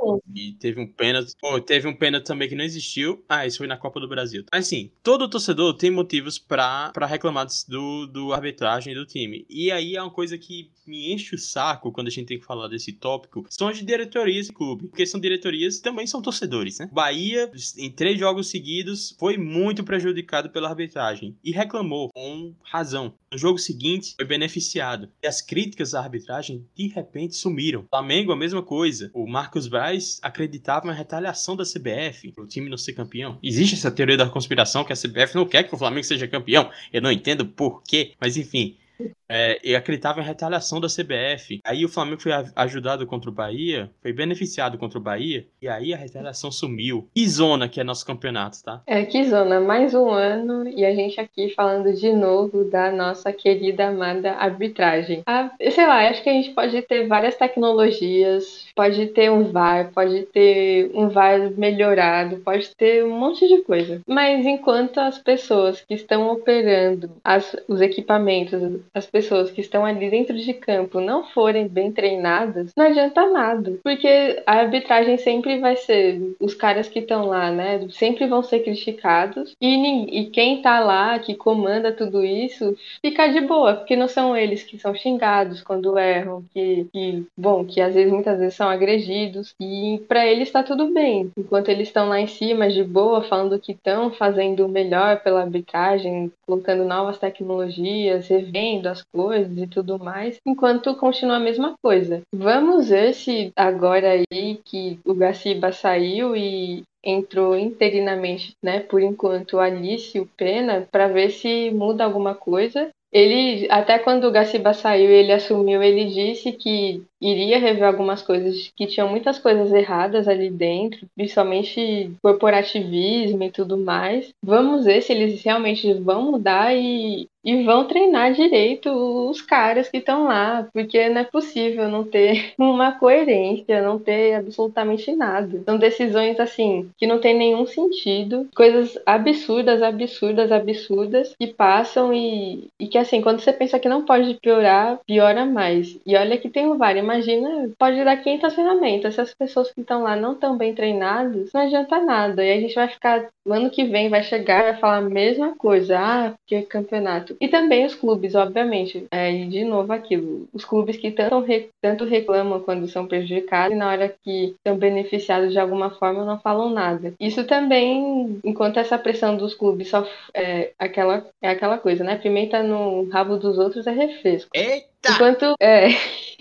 mundo. E teve um pênalti. Pô, teve um pênalti também que não existiu. Ah, isso foi na Copa do Brasil. Assim, todo torcedor tem motivos pra, pra reclamar do, do arbitragem do time. E aí é uma coisa que me enche o saco quando a gente tem que falar desse tópico. São as diretorias do clube. Porque são diretorias também são torcedores, né? Bahia, em três jogos seguidos, foi muito prejudicado pela arbitragem. E reclamou com razão. No jogo seguinte, foi beneficiado. E as críticas à arbitragem, de repente, sumiram. Flamengo, a mesma coisa. O Marcos Braz acreditava na retaliação da C B F para o time não ser campeão. Existe essa teoria da conspiração que a C B F não quer que o Flamengo seja campeão. Eu não entendo por quê, mas enfim... É, e acreditava em retaliação da C B F. Aí o Flamengo foi ajudado contra o Bahia, foi beneficiado contra o Bahia, e aí a retaliação sumiu. Que zona que é nosso campeonato, tá? É, que zona, mais um ano e a gente aqui falando de novo da nossa querida, amada arbitragem. A, sei lá, acho que a gente pode ter várias tecnologias, pode ter um V A R, pode ter um V A R melhorado, pode ter um monte de coisa. Mas enquanto as pessoas que estão operando as, os equipamentos, as pessoas que estão ali dentro de campo não forem bem treinadas, não adianta nada. Porque a arbitragem sempre vai ser os caras que estão lá, né? Sempre vão ser criticados. E, e quem tá lá, que comanda tudo isso, fica de boa, porque não são eles que são xingados quando erram, que, que bom, que às vezes, muitas vezes são agredidos. E para eles tá tudo bem. Enquanto eles estão lá em cima, de boa, falando que estão fazendo o melhor pela arbitragem, colocando novas tecnologias, revendo as coisas e tudo mais, enquanto continua a mesma coisa. Vamos ver se agora aí que o Gaciba saiu e entrou interinamente, né, por enquanto, o Alício Pena, para ver se muda alguma coisa. Ele, até quando o Gaciba saiu, ele assumiu, ele disse que iria rever algumas coisas, que tinham muitas coisas erradas ali dentro, principalmente corporativismo e tudo mais. Vamos ver se eles realmente vão mudar e, e vão treinar direito os caras que estão lá, porque não é possível não ter uma coerência, não ter absolutamente nada. São decisões, assim, que não tem nenhum sentido, coisas absurdas, absurdas, absurdas, que passam e, e que, assim, quando você pensa que não pode piorar, piora mais. E olha que tem o V A R, imagina, pode dar quinhentas ferramentas, se as pessoas que estão lá não estão bem treinadas, não adianta nada. E a gente vai ficar, no ano que vem, vai chegar e vai falar a mesma coisa, ah, porque campeonato. E também os clubes, obviamente, é, e de novo aquilo, os clubes que tanto, tanto reclamam quando são prejudicados e na hora que são beneficiados de alguma forma não falam nada. Isso também, enquanto essa pressão dos clubes só é aquela, é aquela coisa, né? Pimenta no rabo dos outros é refresco. Eita! Enquanto, é...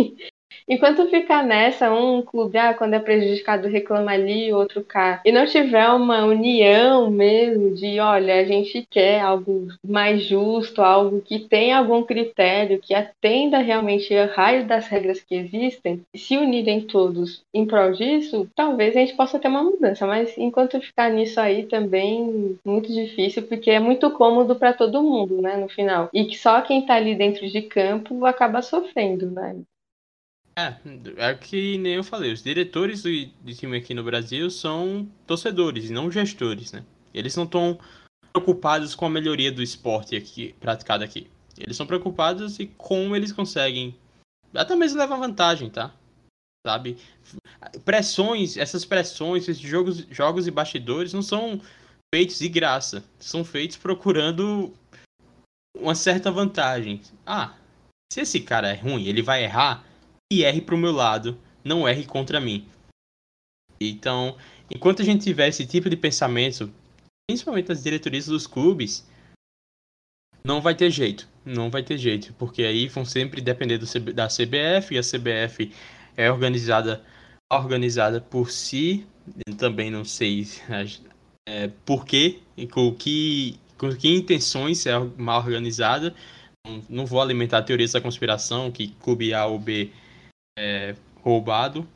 Enquanto ficar nessa, um clube, ah, quando é prejudicado reclama ali, outro cá, e não tiver uma união mesmo de, olha, a gente quer algo mais justo, algo que tenha algum critério, que atenda realmente ao raio das regras que existem, e se unirem todos em prol disso, talvez a gente possa ter uma mudança, mas enquanto ficar nisso aí também, muito difícil, porque é muito cômodo para todo mundo, né, no final, e que só quem tá ali dentro de campo acaba sofrendo, né. É, é que nem eu falei, os diretores do, do time aqui no Brasil são torcedores e não gestores, né? Eles não estão preocupados com a melhoria do esporte aqui, praticado aqui. Eles estão preocupados em como eles conseguem, até mesmo levar vantagem, tá? Sabe? Pressões, essas pressões, esses jogos, jogos e bastidores não são feitos de graça. São feitos procurando uma certa vantagem. Ah, se esse cara é ruim, ele vai errar, e erre pro meu lado, não erre contra mim. Então, enquanto a gente tiver esse tipo de pensamento, principalmente nas diretorias dos clubes, não vai ter jeito. Não vai ter jeito, porque aí vão sempre depender do, da C B F, e a C B F é organizada, organizada por si. Eu também não sei é, por quê, e com que, com que intenções é mal organizada. Não, não vou alimentar teorias da conspiração, que clube A ou B é roubado,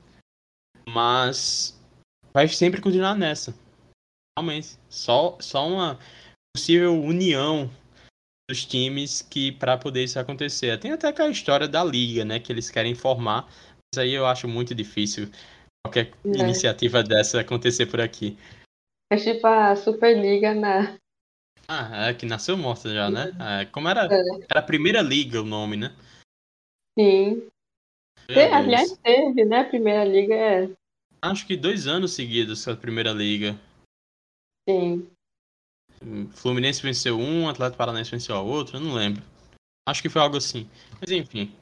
mas vai sempre continuar nessa. Realmente, só, só uma possível união dos times que para poder isso acontecer. Tem até aquela história da liga, né, que eles querem formar, mas aí eu acho muito difícil qualquer é. iniciativa dessa acontecer por aqui. É tipo a Superliga na... Ah, é que nasceu morta já, né? É, como era, é. era a Primeira Liga o nome, né? Sim. Te, aliás, teve, né? A Primeira Liga é... Acho que dois anos seguidos a Primeira Liga. Sim. Fluminense venceu um, Atlético Paranaense venceu a outro, eu não lembro. Acho que foi algo assim. Mas enfim.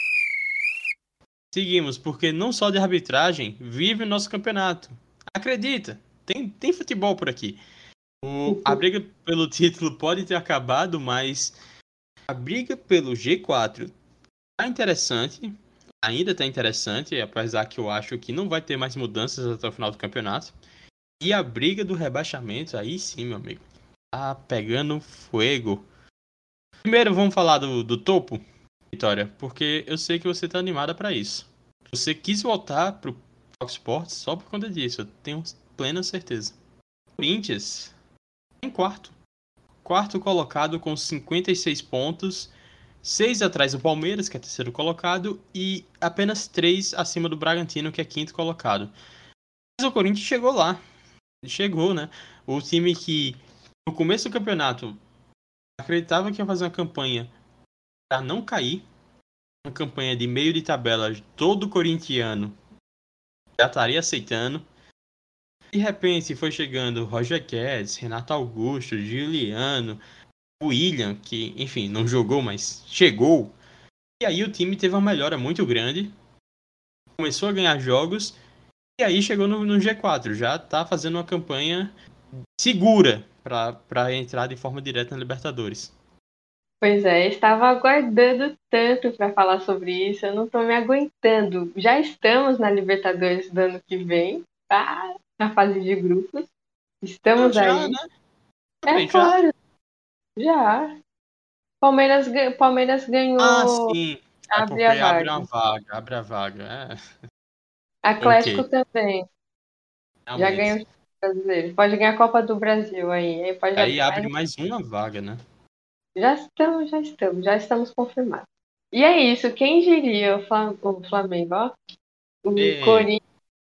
Seguimos, porque não só de arbitragem vive o nosso campeonato. Acredita, tem, tem futebol por aqui. O, a briga pelo título pode ter acabado, mas a briga pelo G quatro tá interessante. Ainda tá interessante, apesar que eu acho que não vai ter mais mudanças até o final do campeonato. E a briga do rebaixamento, aí sim, meu amigo, tá pegando fogo. Primeiro vamos falar do, do topo, Vitória, porque eu sei que você tá animada pra isso. Você quis voltar pro Fox Sports só por conta disso, eu tenho plena certeza. Corinthians em quarto. Quarto colocado com cinquenta e seis pontos, seis atrás do Palmeiras, que é terceiro colocado, e apenas três acima do Bragantino, que é quinto colocado. Mas o Corinthians chegou lá. Chegou, né? O time que no começo do campeonato acreditava que ia fazer uma campanha para não cair, uma campanha de meio de tabela, todo corintiano já estaria aceitando. De repente foi chegando Roger Guedes, Renato Augusto, Juliano, William, que enfim não jogou, mas chegou. E aí o time teve uma melhora muito grande, começou a ganhar jogos e aí chegou no, no G quatro, já tá fazendo uma campanha segura para entrar de forma direta na Libertadores. Pois é, estava aguardando tanto para falar sobre isso, eu não estou me aguentando. Já estamos na Libertadores do ano que vem, tá? Na fase de grupos. Ah, Estamos já, aí. né? É Peraí, já? claro, já. Palmeiras, ga- Palmeiras Ah, ganhou, sim. É abre porque a abre uma vaga. vaga, abre a vaga. É, Atlético ok, também, já ganhou realmente. o brasileiro. Pode ganhar a Copa do Brasil aí, aí pode Aí abrir abre mais. mais uma vaga, né? Já estamos, já estamos, já estamos confirmados. E é isso, quem diria o Flam- o Flamengo, ó? O E, Corinthians.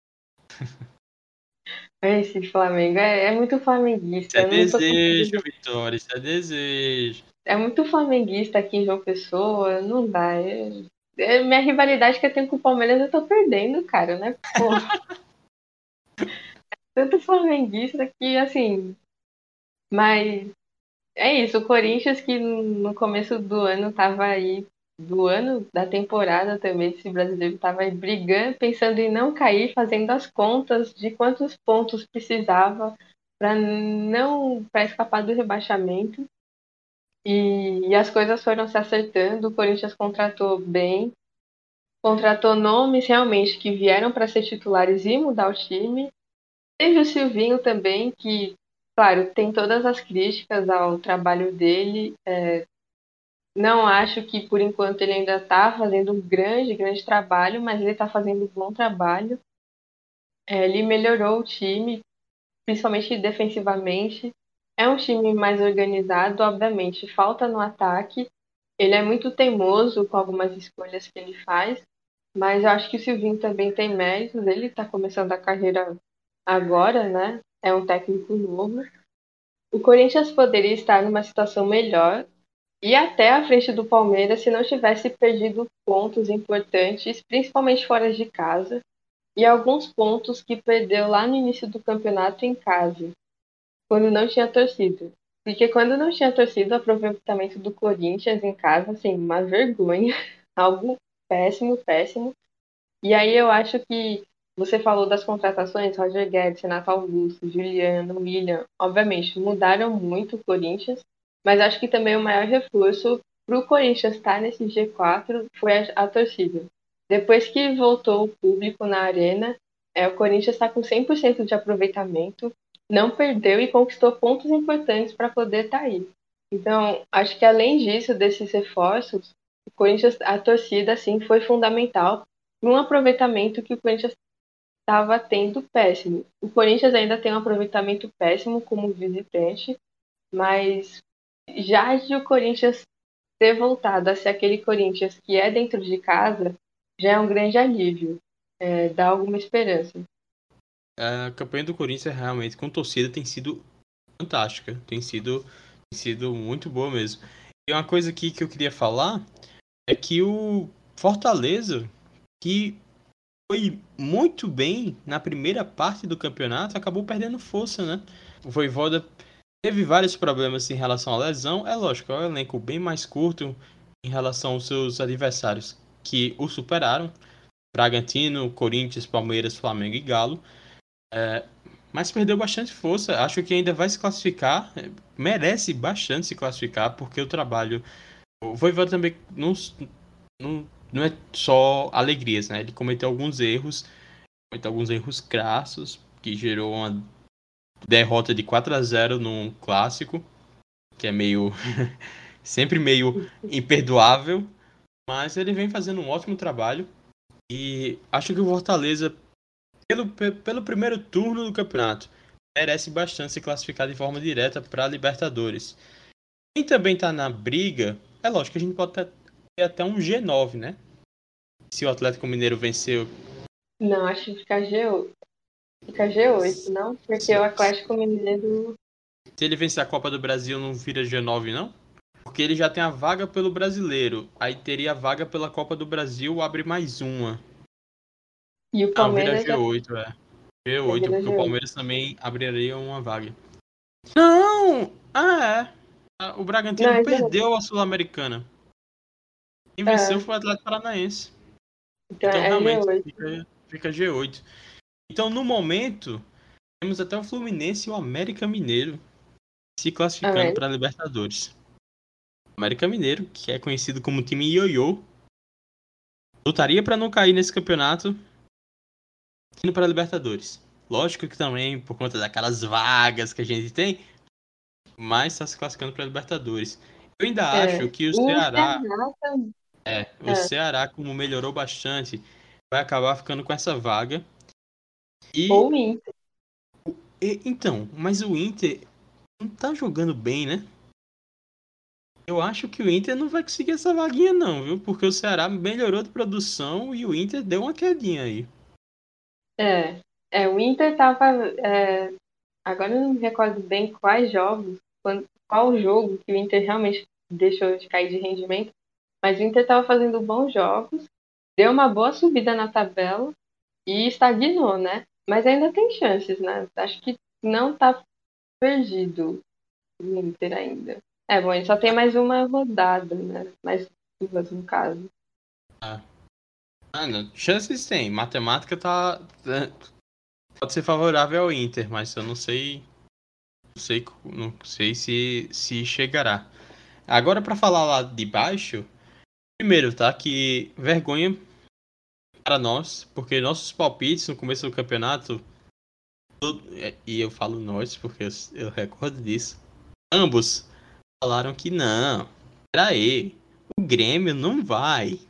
Esse Flamengo é, é muito isso flamenguista. é Eu não tô desejo, conseguindo. Vitória, isso é desejo. É muito flamenguista aqui em João Pessoa. Não dá. É, é minha rivalidade que eu tenho com o Palmeiras, eu tô perdendo, cara, né? Pô, tanto flamenguista que, assim. Mas é isso. O Corinthians, que no começo do ano tava aí. Do ano, da temporada também, desse brasileiro, tava aí brigando, pensando em não cair, fazendo as contas de quantos pontos precisava para não para escapar do rebaixamento. E, e as coisas foram se acertando. O Corinthians contratou bem, contratou nomes realmente que vieram para ser titulares e mudar o time. Teve o Silvinho também, que, claro, tem todas as críticas ao trabalho dele. É, não acho que por enquanto ele ainda está fazendo um grande, grande trabalho, mas ele está fazendo um bom trabalho. É, ele melhorou o time, principalmente defensivamente. É um time mais organizado, obviamente, falta no ataque. Ele é muito teimoso com algumas escolhas que ele faz, mas eu acho que o Silvinho também tem méritos. Ele está começando a carreira agora, né? É um técnico novo. O Corinthians poderia estar numa situação melhor e até à frente do Palmeiras se não tivesse perdido pontos importantes, principalmente fora de casa, e alguns pontos que perdeu lá no início do campeonato em casa, quando não tinha torcida. Porque quando não tinha torcida, o aproveitamento do Corinthians em casa, assim, uma vergonha. Algo péssimo, péssimo. E aí eu acho que você falou das contratações, Roger Guedes, Renato Augusto, Juliano, William, obviamente mudaram muito o Corinthians, mas acho que também o maior reforço para o Corinthians estar nesse G quatro foi a, a torcida. Depois que voltou o público na arena, é, o Corinthians está com cem por cento de aproveitamento, não perdeu e conquistou pontos importantes para poder estar aí. Então, acho que além disso, desses reforços, o Corinthians, a torcida, assim, foi fundamental um aproveitamento que o Corinthians estava tendo péssimo. O Corinthians ainda tem um aproveitamento péssimo como visitante, mas já de o Corinthians ter voltado a ser aquele Corinthians que é dentro de casa, já é um grande alívio, é, dá alguma esperança. A campanha do Corinthians realmente com torcida tem sido fantástica, tem sido, tem sido muito boa mesmo. E uma coisa aqui que eu queria falar é que o Fortaleza, que foi muito bem na primeira parte do campeonato, acabou perdendo força, né? O Vojvoda teve vários problemas em relação à lesão. É lógico, é um elenco bem mais curto em relação aos seus adversários que o superaram. Bragantino, Corinthians, Palmeiras, Flamengo e Galo. É, mas perdeu bastante força. Acho que ainda vai se classificar. Merece bastante se classificar, porque o trabalho... O Vojvoda também não, não, não é só alegrias, né? Ele cometeu alguns erros, cometeu alguns erros crassos, que gerou uma derrota de quatro a zero num clássico, que é meio... sempre meio imperdoável. Mas ele vem fazendo um ótimo trabalho. E acho que o Fortaleza, pelo, pelo primeiro turno do campeonato, merece bastante se classificar de forma direta para a Libertadores. Quem também está na briga, é lógico que a gente pode ter até um G nove, né? Se o Atlético Mineiro venceu. Não, acho que fica G oito. Fica G oito, não? Porque Se, o Atlético Mineiro. se ele vencer a Copa do Brasil, não vira G nove, não? Porque ele já tem a vaga pelo Brasileiro. Aí teria a vaga pela Copa do Brasil, abre mais uma. E o Não, vira Palmeiras já, G oito, é. G oito, vira porque o G oito. Palmeiras também abriria uma vaga. Não! Ah, é. Ah, o Não, Bragantino é G oito. perdeu a Sul-Americana. Quem venceu É, foi o Atlético Paranaense. então Então, é realmente, G oito. fica, fica G oito. Então, no momento, temos até o Fluminense e o América Mineiro se classificando Amém. para a Libertadores. O América Mineiro, que é conhecido como time ioiô, lutaria para não cair nesse campeonato, indo para a Libertadores. Lógico que também, por conta daquelas vagas que a gente tem, mas está se classificando para a Libertadores. Eu ainda acho É. que o O Ceará, Ceará também. é, o É. Ceará, como melhorou bastante, vai acabar ficando com essa vaga. E, Ou o Inter. e então, mas o Inter não tá jogando bem, né? Eu acho que o Inter não vai conseguir essa vaguinha não, viu? Porque o Ceará melhorou de produção e o Inter deu uma quedinha aí. É. É, o Inter tava. É, agora eu não me recordo bem quais jogos, quando- qual jogo que o Inter realmente deixou de cair de rendimento, mas o Inter estava fazendo bons jogos, deu uma boa subida na tabela e estagnou, né? Mas ainda tem chances, né? Acho que não tá perdido o Inter ainda. É bom, ele só tem mais uma rodada, né? Mais duas, no caso. Ah, ah, não. Chances tem. Matemática tá. é, Pode ser favorável ao Inter, mas eu não sei. Não sei, não sei se, se chegará. Agora, pra falar lá de baixo, primeiro, tá? Que vergonha para nós, porque nossos palpites no começo do campeonato, é, e eu falo nós porque eu, eu recordo disso, ambos falaram que não, peraí, o Grêmio não vai,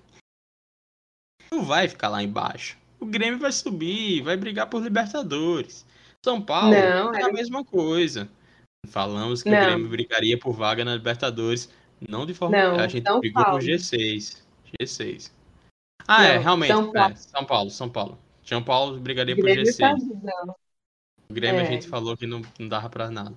não vai ficar lá embaixo. O Grêmio vai subir, vai brigar por Libertadores. São Paulo Não, é a era. mesma coisa. Falamos que o Não, Grêmio brigaria por vaga na Libertadores, não de forma. A não. gente São brigou por Paulo. G seis. G seis. Ah, é, Não, realmente. São Paulo. É, São Paulo, São Paulo. São Paulo O brigaria por Grêmio tá. G seis. Não. O Grêmio a É. gente falou que não, não dava pra nada.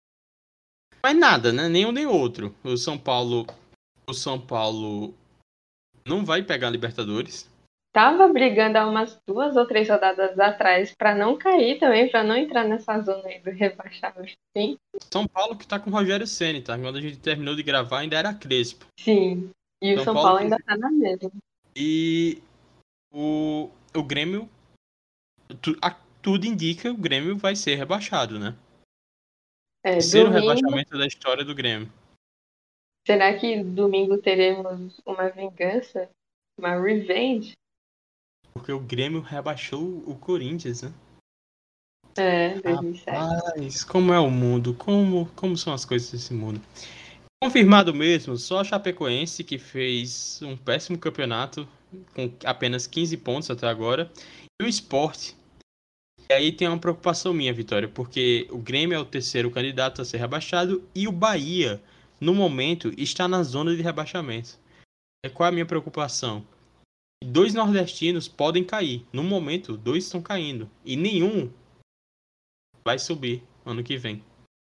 Mas nada, né? Nenhum nem outro. O São Paulo. O São Paulo não vai pegar a Libertadores. Tava brigando há umas duas ou três rodadas atrás pra não cair também, pra não entrar nessa zona aí do rebaixamento. Sim, São Paulo que tá com o Rogério Ceni, tá? Quando a gente terminou de gravar ainda era Crespo. sim. E o São São Paulo Paulo que. ainda tá na mesma. E o, o Grêmio. Tu, a, tudo indica que o Grêmio vai ser rebaixado, né? É, Terceiro domingo. rebaixamento da história do Grêmio. Será que domingo teremos uma vingança? Uma revenge? Porque o Grêmio rebaixou o Corinthians, né? É, dois mil e sete. Rapaz, como é o mundo? Como, como são as coisas desse mundo? Confirmado mesmo, só a Chapecoense que fez um péssimo campeonato com apenas quinze pontos até agora. E o Sport. E aí tem uma preocupação minha, Vitória, porque o Grêmio é o terceiro candidato a ser rebaixado e o Bahia, no momento, está na zona de rebaixamento. É qual é a minha preocupação? Dois nordestinos podem cair. No momento, dois estão caindo. E nenhum vai subir ano que vem.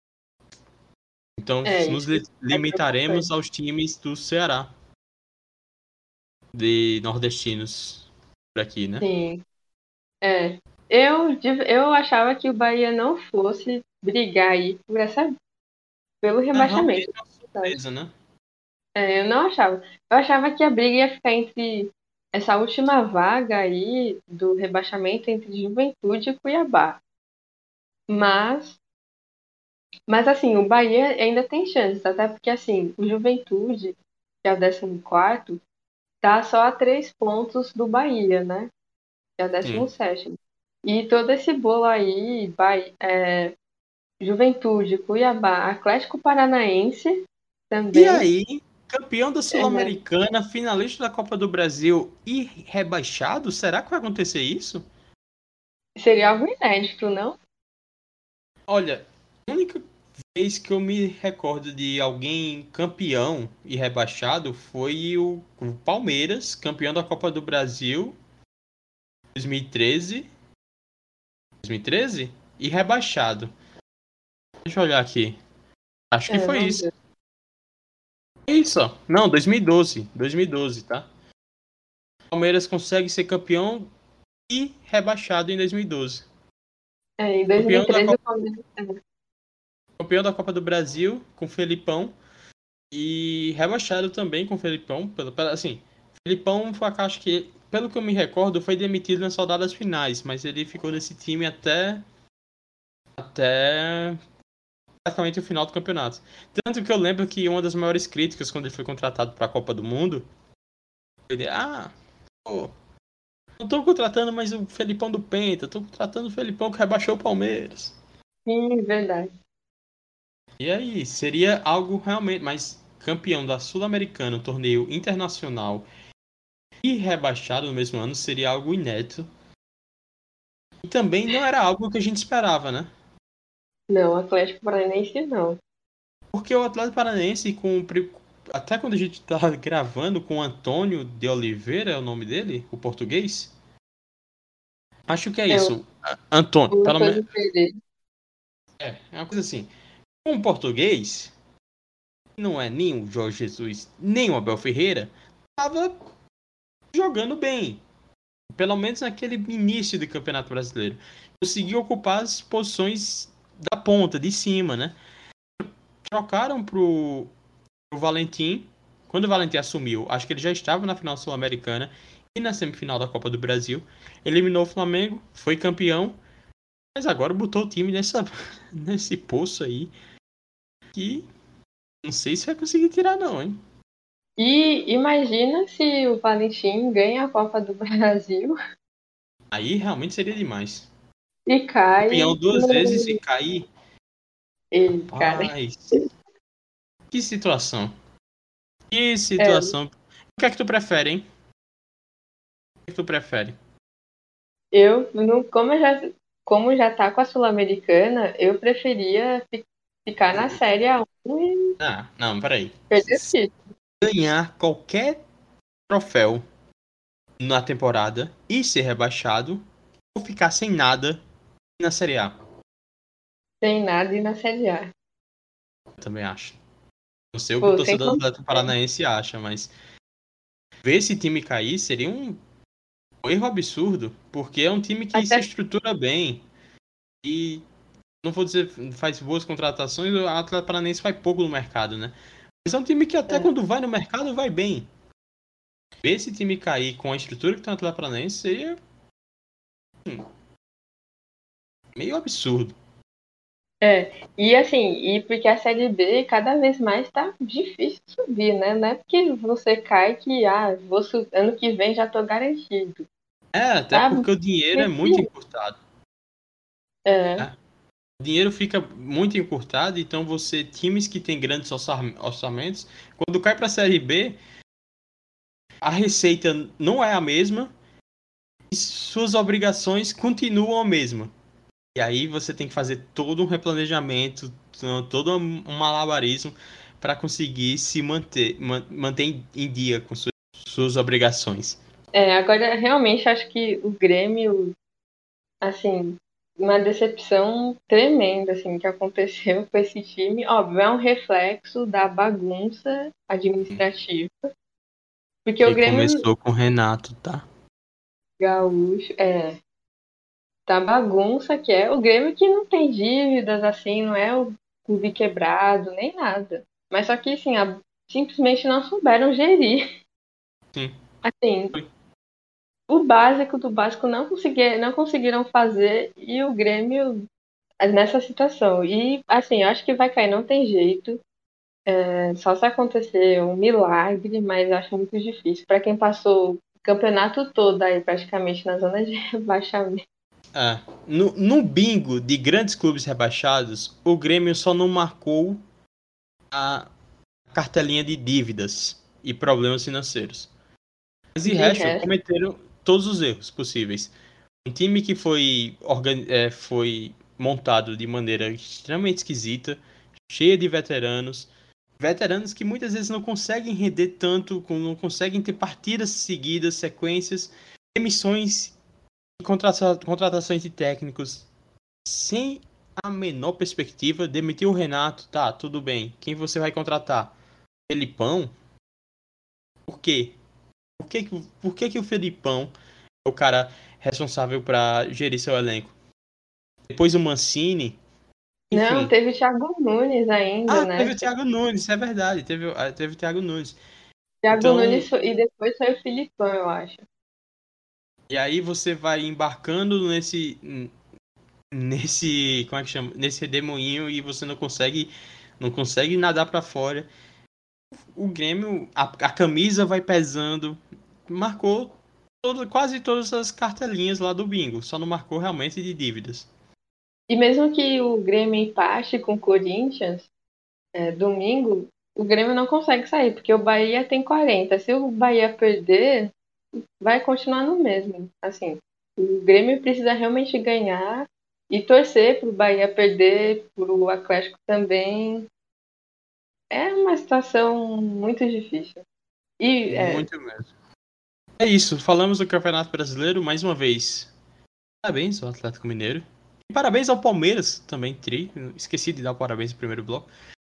Então, É, nos isso li- é limitaremos preocupante. aos times do Ceará, de nordestinos por aqui, né? Sim. É. Eu, de- eu achava que o Bahia não fosse brigar aí por essa, pelo É rebaixamento. realmente uma surpresa, né? É, eu não achava. Eu achava que a briga ia ficar entre essa última vaga aí do rebaixamento entre Juventude e Cuiabá. Mas, mas assim, o Bahia ainda tem chances, até porque assim, o Juventude, que é o décimo quarto, tá só a três pontos do Bahia, né? Que é o décimo Sim. sétimo. E todo esse bolo aí, Bahia, é, Juventude, Cuiabá, Atlético Paranaense E também, aí, campeão da é, Sul-Americana, finalista da Copa do Brasil e rebaixado? Será que vai acontecer isso? seria algo inédito, não? Olha, a única vez que eu me recordo de alguém campeão e rebaixado foi o, o Palmeiras, campeão da Copa do Brasil dois mil e treze. dois mil e treze? E rebaixado. Deixa eu olhar aqui. Acho que É, foi vamos isso. ver. É isso, ó. Não, dois mil e doze. dois mil e doze, tá? Palmeiras consegue ser campeão e rebaixado em dois mil e doze. É, em Campeão da dois mil e treze o Copa, Palmeiras. É. campeão da Copa do Brasil com o Felipão e rebaixado também com o Felipão. Pelo, pelo- assim, Felipão foi, acho que, pelo que eu me recordo, foi demitido nas rodadas finais, mas ele ficou nesse time até, até praticamente o final do campeonato. Tanto que eu lembro que uma das maiores críticas quando ele foi contratado para a Copa do Mundo, ele, ah, pô, não tô contratando mais o Felipão do Penta, tô contratando o Felipão que rebaixou o Palmeiras. Sim, verdade. E aí, seria algo realmente, mas campeão da Sul-Americana, torneio internacional e rebaixado no mesmo ano seria algo inédito. E também não era algo que a gente esperava, né? Não, Atlético Paranaense não. Porque o Atlético Paranaense, com o pri- até quando a gente tava gravando com o Antônio de Oliveira, é o nome dele, o português? Acho que é É o, isso. A- Antônio, o pelo menos. Antônio Pereira. É, é uma coisa assim. Com o português, não é nem o Jorge Jesus, nem o Abel Ferreira, tava jogando bem. Pelo menos naquele início do Campeonato Brasileiro. Conseguiu ocupar as posições da ponta, de cima, né? Trocaram pro, pro Valentim. Quando o Valentim assumiu, acho que ele já estava na final sul-americana e na semifinal da Copa do Brasil. Eliminou o Flamengo, foi campeão, mas agora botou o time nessa, nesse poço aí que não sei se vai conseguir tirar, não, hein? E imagina se o Valentim ganha a Copa do Brasil Aí realmente seria demais. e cai Campeão duas vezes e no. cair. Ele, cara. Rapaz, que situação. Que É, situação. O que é que tu prefere, hein? O que é que tu prefere? eu, não, como, eu já, como já tá com a Sul-Americana, eu preferia fi- ficar na Série A um e Ah, não, peraí. perder o título. Ganhar qualquer troféu na temporada e ser rebaixado ou ficar sem nada na Série A. Sem nada e na Série A. Eu também acho. Não sei o que o Pô, sem torcedor do condição. Atlético Paranaense acha, mas ver esse time cair seria um erro absurdo, porque é um time que se Até, estrutura bem e não vou dizer faz boas contratações, o Atlético Paranaense faz pouco no mercado, né? Mas é um time que até é, quando vai no mercado vai bem. Ver esse time cair com a estrutura que tem o Atlético Paranaense seria hum, meio absurdo. é, e assim, e porque a Série B cada vez mais tá difícil de subir, né? Não é porque você cai que, ah, vou su- ano que vem já tô garantido. É, até Tá porque o dinheiro é muito difícil. encurtado. É, Né? O dinheiro fica muito encurtado, então você, times que têm grandes orçam- orçamentos, quando cai para a Série B, a receita não é a mesma e suas obrigações continuam a mesma. E aí você tem que fazer todo um replanejamento, todo um malabarismo para conseguir se manter, man- manter em em dia com suas, suas obrigações. é, agora realmente acho que o Grêmio, assim, uma decepção tremenda, assim, que aconteceu com esse time. Óbvio, é um reflexo da bagunça administrativa. Porque o E Grêmio começou com o Renato, tá? Gaúcho, é. da bagunça que é. O Grêmio que não tem dívidas, assim, não é o clube quebrado, nem nada. Mas só que, assim, a- simplesmente não souberam gerir. Sim. Assim, o básico do básico não, consegui, não conseguiram fazer e o Grêmio nessa situação. E, assim, eu acho que vai cair, não tem jeito. É só se acontecer um milagre, mas eu acho muito difícil. Para quem passou o campeonato todo aí praticamente na zona de rebaixamento. É. No, no bingo de grandes clubes rebaixados, o Grêmio só não marcou a cartelinha de dívidas e problemas financeiros. Mas de De resto, resto, cometeram todos os erros possíveis. Um time que foi, organ... é, foi montado de maneira extremamente esquisita, cheia de veteranos, veteranos que muitas vezes não conseguem render tanto, não conseguem ter partidas seguidas, sequências, emissões e contrata... contratações de técnicos sem a menor perspectiva. Demitiu o Renato, tá, tudo bem. Quem você vai contratar? Felipão? Por quê? Por que, que- por que, que o Felipão é o cara responsável para gerir seu elenco? Depois o Mancini, não, enfim. teve o Thiago Nunes ainda, Ah, né? teve o Thiago Nunes, é verdade, teve, o- ah, teve o Thiago Nunes. Thiago Então, Nunes foi- e depois foi o Filipão, eu acho. e aí você vai embarcando nesse, nesse, como é que chama? Nesse redemoinho e você não consegue, não consegue nadar para fora. O Grêmio, a, a camisa vai pesando, marcou todo, quase todas as cartelinhas lá do bingo, só não marcou realmente de dívidas. E mesmo que o Grêmio empate com o Corinthians, é, domingo, o Grêmio não consegue sair, porque o Bahia tem quarenta. Se o Bahia perder, vai continuar no mesmo. Assim, o Grêmio precisa realmente ganhar e torcer para o Bahia perder, para o Atlético também. É uma situação muito difícil. E é, Muito mesmo. É isso, falamos do Campeonato Brasileiro mais uma vez. Parabéns ao Atlético Mineiro. E parabéns ao Palmeiras também, Tri. Esqueci de dar parabéns no primeiro bloco.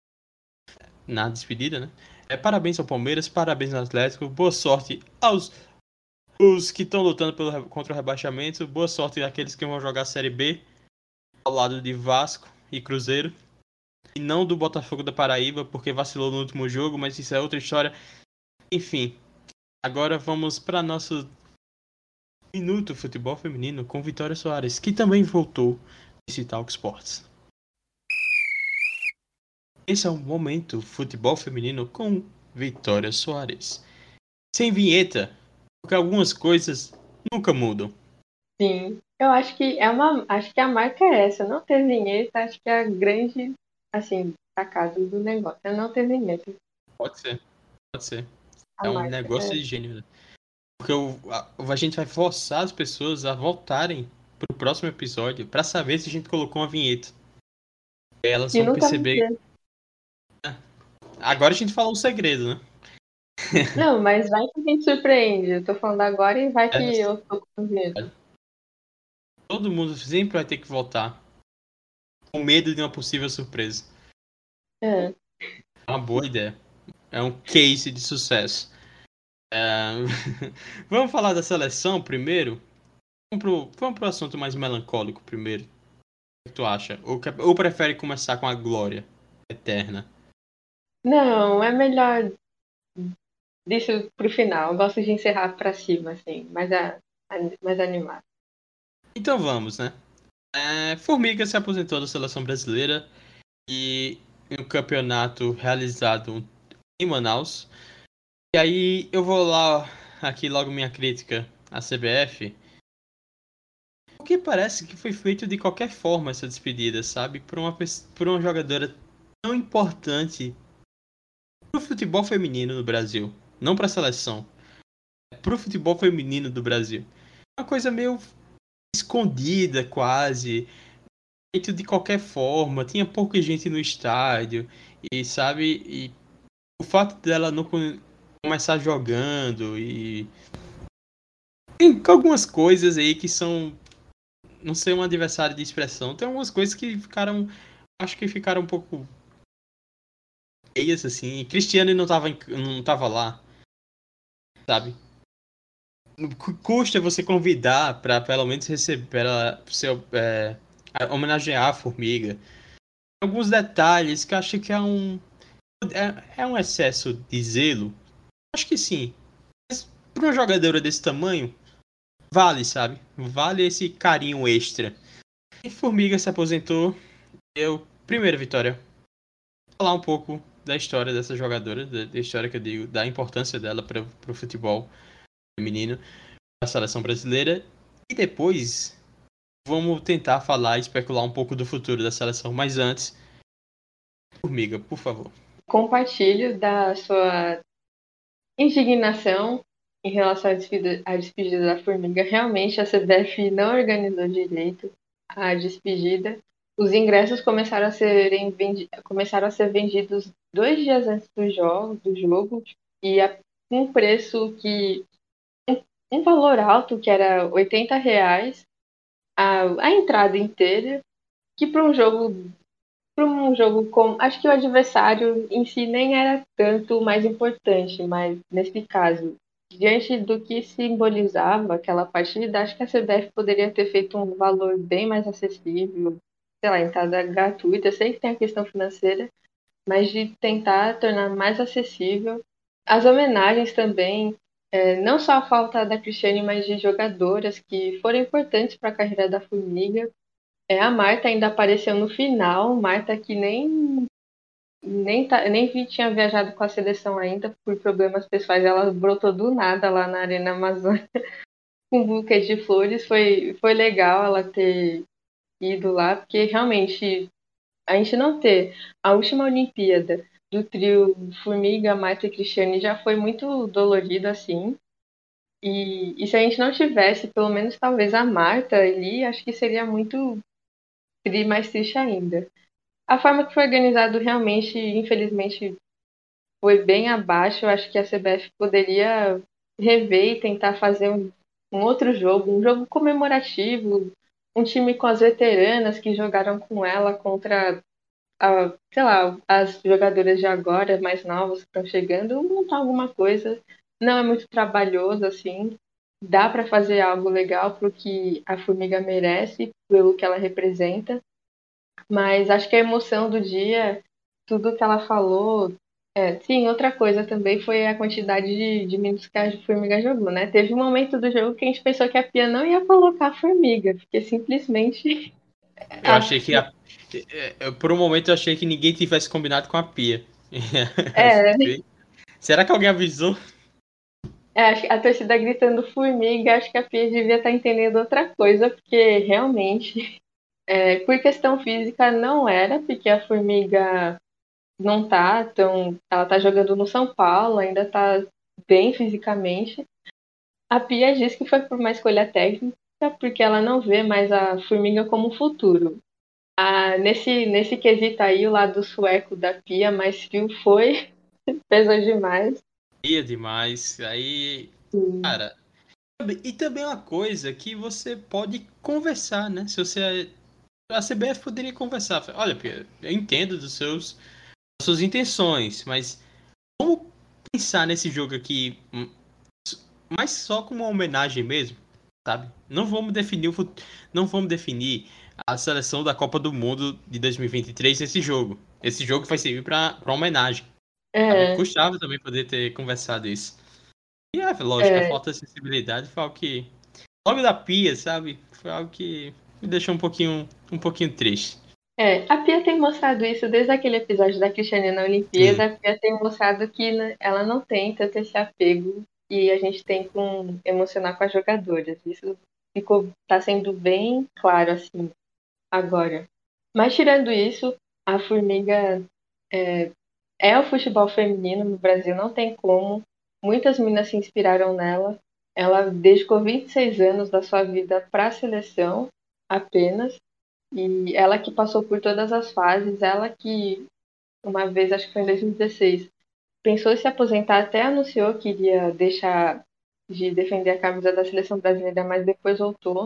Na despedida, né? É, parabéns ao Palmeiras, parabéns ao Atlético. Boa sorte aos os que estão lutando pelo, contra o rebaixamento. Boa sorte àqueles que vão jogar a Série B ao lado de Vasco e Cruzeiro. E não do Botafogo da Paraíba, porque vacilou no último jogo, mas isso é outra história. Enfim, agora vamos para nosso Minuto Futebol Feminino com Vitória Soares, que também voltou nesse Talk Sports. Esse é o Momento Futebol Feminino com Vitória Soares. Sem vinheta, porque algumas coisas nunca mudam. sim, eu acho que é uma, acho que a marca é essa, não ter vinheta, acho que é a grande, assim, sacada do negócio, é não ter vinheta. Pode ser, pode ser. A É um marca negócio é. de gênio, né? Porque o, a, a gente vai forçar as pessoas a voltarem pro próximo episódio para saber se a gente colocou uma vinheta. E elas E vão nunca vai perceber. ter. Agora a gente falou um segredo, né? Não, mas vai que a gente surpreende. Eu tô falando agora e vai que É, eu tô com medo. todo mundo sempre vai ter que voltar com medo de uma possível surpresa. É. É uma boa ideia. É um case de sucesso. É, vamos falar da seleção primeiro? Vamos pro, vamos pro assunto mais melancólico primeiro. O que tu acha? Ou, quer- ou prefere começar com a glória eterna? Não, é melhor disso pro final. Eu gosto de encerrar pra cima, assim, mais, a, a- mais animado. Então vamos, né? É, Formiga se aposentou da seleção brasileira e em um campeonato realizado em Manaus. E aí eu vou lá, aqui logo minha crítica à C B F. Porque parece que foi feito de qualquer forma essa despedida, sabe? Por uma, pes- por uma jogadora tão importante pro futebol feminino no Brasil. Não pra seleção. É pro futebol feminino do Brasil. Uma coisa meio escondida, quase. Feito de qualquer forma. Tinha pouca gente no estádio. E, sabe? E o fato dela não co- começar jogando e. Tem algumas coisas aí que são. Não sei, um adversário de expressão. Tem algumas coisas que ficaram. Acho que ficaram um pouco feias, assim. Cristiano não tava, em- não tava lá, sabe? cu- custa você convidar para pelo menos receber, para seu, é, a- homenagear a formiga. Alguns detalhes que eu acho que é um é, é um excesso de zelo. Acho que sim. Mas para uma jogadora desse tamanho, vale, sabe? Vale esse carinho extra. E Formiga se aposentou. Eu, primeira vitória. Vou falar um pouco da história dessa jogadora, da, da história que eu digo, da importância dela para o futebol feminino, da seleção brasileira. E depois vamos tentar falar e especular um pouco do futuro da seleção. Mas antes, Formiga, por favor. Compartilho da sua indignação em relação à despedida, à despedida da Formiga. Realmente a C B F não organizou direito a despedida. Os ingressos começaram a serem vendi- começaram a ser vendidos dois dias antes do jogo, do jogo e a um preço que um valor alto que era oitenta reais a, a entrada inteira, que para um jogo para um jogo com. Acho que o adversário em si nem era tanto o mais importante, mas nesse caso, diante do que simbolizava aquela partida, acho que a C B F poderia ter feito um valor bem mais acessível, sei lá, entrada gratuita. Eu sei que tem a questão financeira, mas de tentar tornar mais acessível. As homenagens também, é, não só a falta da Cristiane, mas de jogadoras que foram importantes para a carreira da Formiga. É, a Marta ainda apareceu no final, Marta que nem nem, tá, nem vi tinha viajado com a seleção ainda por problemas pessoais, ela brotou do nada lá na Arena Amazônia com um buquê de flores. Foi, foi legal ela ter ido lá, porque realmente a gente não ter a última Olimpíada do trio Formiga, Marta e Cristiane já foi muito dolorido assim. E, e se a gente não tivesse, pelo menos talvez a Marta ali, acho que seria muito tri- mais triste ainda. A forma que foi organizado realmente, infelizmente, foi bem abaixo. Eu acho que a C B F poderia rever e tentar fazer um, um outro jogo, um jogo comemorativo, um time com as veteranas que jogaram com ela contra, a, sei lá, as jogadoras de agora, mais novas que estão chegando, montar alguma coisa. Não é muito trabalhoso assim. Dá para fazer algo legal para o que a Formiga merece, pelo que ela representa. Mas acho que a emoção do dia, tudo que ela falou. É, sim, outra coisa também foi a quantidade de, de minutos que a Formiga jogou, né? Teve um momento do jogo que a gente pensou que a Pia não ia colocar a Formiga, porque simplesmente. Eu A, achei que a, é, é, por um momento eu achei que ninguém tivesse combinado com a Pia. é, Será que alguém avisou? é, a torcida gritando Formiga, acho que a Pia devia estar entendendo outra coisa, porque realmente, é, por questão física, não era, porque a Formiga não tá tão. Ela tá jogando no São Paulo, ainda tá bem fisicamente. A Pia diz que foi por uma escolha técnica, porque ela não vê mais a Formiga como um futuro. Ah, nesse, nesse quesito aí, o lado sueco da Pia mais frio foi, pesou demais. Ia demais. Aí, Sim. cara. E também uma coisa que você pode conversar, né? Se você. A C B F poderia conversar. Olha, Pia, eu entendo dos seus, das suas intenções, mas vamos pensar nesse jogo aqui, hum, mas só como uma homenagem mesmo, sabe? Não vamos definir o fut- não vamos definir a seleção da Copa do Mundo de dois mil e vinte e três nesse jogo. Esse jogo vai servir para homenagem, sabe? É, Custava também poder ter conversado isso. E é lógico, a é, falta de sensibilidade foi algo que logo da pia, sabe? Foi algo que me deixou um pouquinho um pouquinho triste. é. A Pia tem mostrado isso desde aquele episódio da Cristiane na Sim. Olimpíada. A Pia tem mostrado que né, ela não tem tanto esse apego que a gente tem com emocionar com as jogadoras. Isso ficou, tá sendo bem claro assim agora. Mas tirando isso, a Formiga é, é o futebol feminino no Brasil, não tem como. Muitas meninas se inspiraram nela. Ela dedicou vinte e seis anos da sua vida para a seleção apenas. E ela que passou por todas as fases, ela que uma vez, acho que foi em dois mil e dezesseis, pensou em se aposentar, até anunciou que iria deixar de defender a camisa da seleção brasileira, mas depois voltou.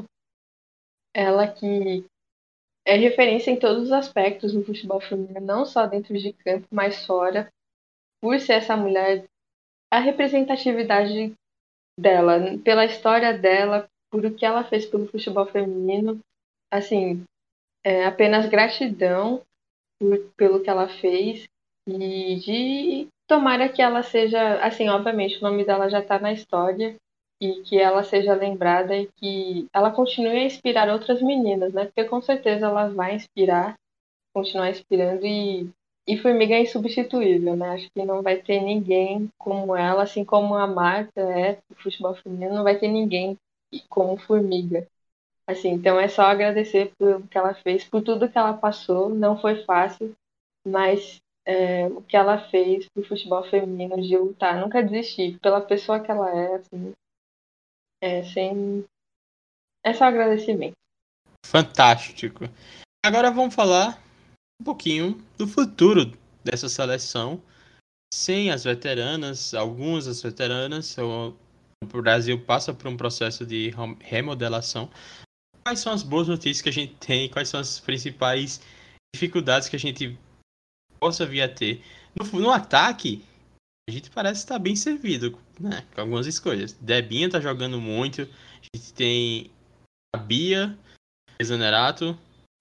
Ela que é referência em todos os aspectos no futebol feminino, não só dentro de campo, mas fora, por ser essa mulher, a representatividade dela, pela história dela, por o que ela fez pelo futebol feminino. Assim, é apenas gratidão por, pelo que ela fez e de tomara que ela seja, assim, obviamente o nome dela já está na história e que ela seja lembrada e que ela continue a inspirar outras meninas, né? Porque com certeza ela vai inspirar, continuar inspirando e e Formiga é insubstituível, né? Acho que não vai ter ninguém como ela, assim como a Marta é do futebol feminino, não vai ter ninguém como Formiga. Assim, então é só agradecer pelo que ela fez, por tudo que ela passou. Não foi fácil, mas é, o que ela fez pro futebol feminino de lutar, nunca desistir, pela pessoa que ela é, assim, é, sem... é só agradecimento. Fantástico. Agora vamos falar um pouquinho do futuro dessa seleção. Sem as veteranas, algumas das veteranas, o o Brasil passa por um processo de rom- remodelação. Quais são as boas notícias que a gente tem? Quais são as principais dificuldades que a gente possa vir a ter? No, no ataque, a gente parece estar bem servido, né? Com algumas escolhas. Debinha tá jogando muito. A gente tem a Bia, Zanerato.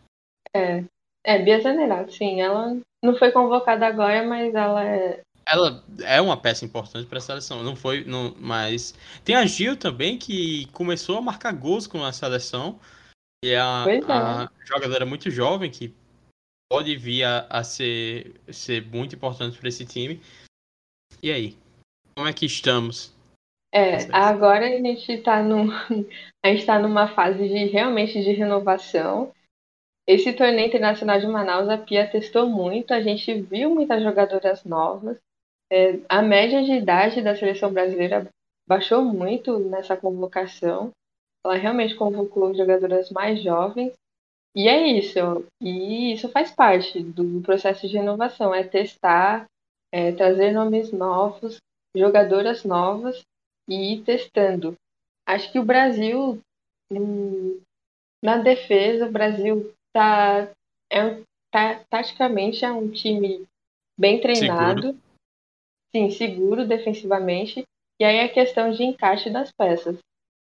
É, é Bia Zanerato, sim, ela não foi convocada agora, mas ela é... Ela é uma peça importante para a seleção. Não foi, não, mas tem a Gil também que começou a marcar gols com a seleção. E é Pois a, é. a jogadora muito jovem que pode vir a, a ser, ser muito importante para esse time. E aí? Como é que estamos? É, agora a gente está num, a gente tá numa fase de realmente de renovação. Esse torneio internacional de Manaus, a Pia testou muito, a gente viu muitas jogadoras novas. É, a média de idade da seleção brasileira baixou muito nessa convocação. Ela realmente convocou jogadoras mais jovens. E é isso. E isso faz parte do processo de renovação, é testar, é trazer nomes novos, jogadoras novas e ir testando. Acho que o Brasil, hum, na defesa, o Brasil tá, é, um- tá, taticamente é um time bem Seguro. treinado, sim, seguro defensivamente, e aí é questão de encaixe das peças.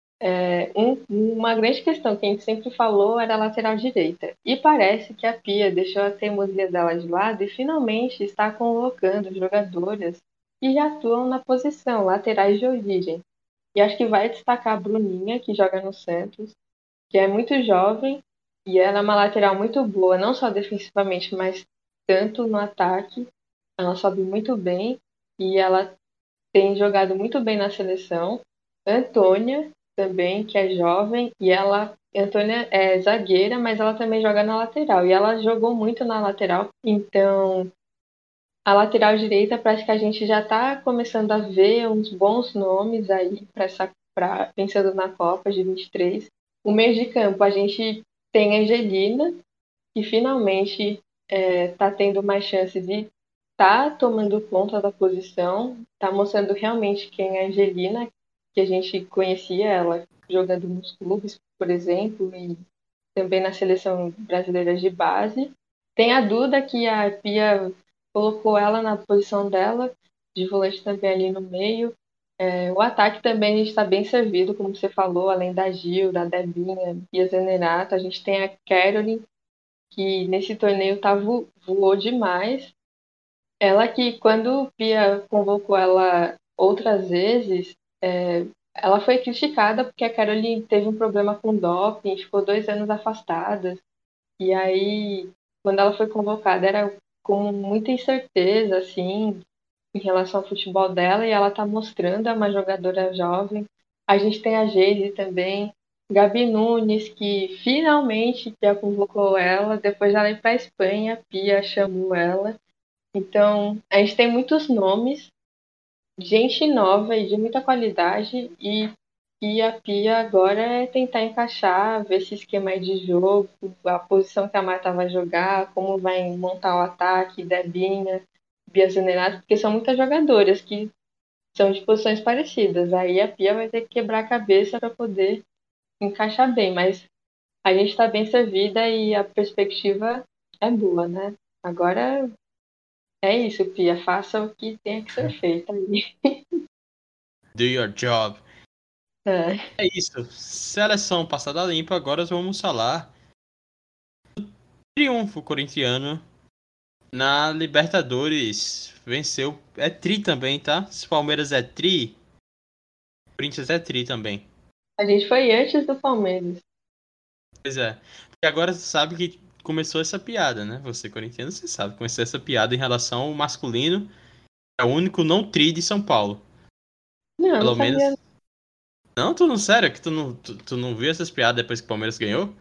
É, um- uma grande questão que a gente sempre falou era a lateral direita. E parece que a Pia deixou a teimosia dela de lado e finalmente está convocando jogadoras que já atuam na posição, laterais de origem. E acho que vai destacar a Bruninha, que joga no Santos, que é muito jovem e ela é uma lateral muito boa, não só defensivamente, mas tanto no ataque. Ela sobe muito bem e ela tem jogado muito bem na seleção. Antônia também, que é jovem, e ela, Antônia é zagueira, mas ela também joga na lateral. E ela jogou muito na lateral, então a lateral direita parece que a gente já está começando a ver uns bons nomes aí para essa pra, pensando na Copa de vinte e três. O meio de campo a gente tem a Angelina, que finalmente está é, tendo mais chance de estar tá tomando conta da posição, está mostrando realmente quem é a Angelina, que a gente conhecia ela jogando nos clubes, por exemplo, e também na seleção brasileira de base. Tem a Duda, que a Pia colocou ela na posição dela, de volante também ali no meio. É, o ataque também a gente está bem servido, como você falou, além da Gil, da Debinha e a Zenerato. A gente tem a Caroline, que nesse torneio tá vo voou demais. Ela que, quando o Pia convocou ela outras vezes, é, ela foi criticada porque a Caroline teve um problema com doping, ficou dois anos afastada. E aí, quando ela foi convocada, era com muita incerteza, assim, em relação ao futebol dela, e ela tá mostrando, é uma jogadora jovem. A gente tem a Geise também, Gabi Nunes, que finalmente Pia convocou ela, depois dela ir para a Espanha, Pia chamou ela. Então, a gente tem muitos nomes, gente nova e de muita qualidade, e, e a Pia agora é tentar encaixar, ver esse esquema aí de jogo, a posição que a Marta vai jogar, como vai montar o ataque, Debinha, Bia Zanerato, porque são muitas jogadoras que são de posições parecidas. Aí a Pia vai ter que quebrar a cabeça para poder encaixar bem, mas a gente está bem servida e a perspectiva é boa, né? Agora é isso, Pia, faça o que tenha que ser feito aí. Do your job. É. É isso. Seleção passada limpa, agora vamos falar triunfo corintiano na Libertadores. Venceu. É tri também, tá? Se Palmeiras é tri, Corinthians é tri também. A gente foi antes do Palmeiras. Pois é. Porque agora você sabe que começou essa piada, né? Você, corintiano, você sabe. Começou essa piada em relação ao masculino. É o único não tri de São Paulo. Não, eu não Pelo sabia. menos. Não, tu não, sério, que tu não, tu, tu não viu essas piadas depois que o Palmeiras ganhou?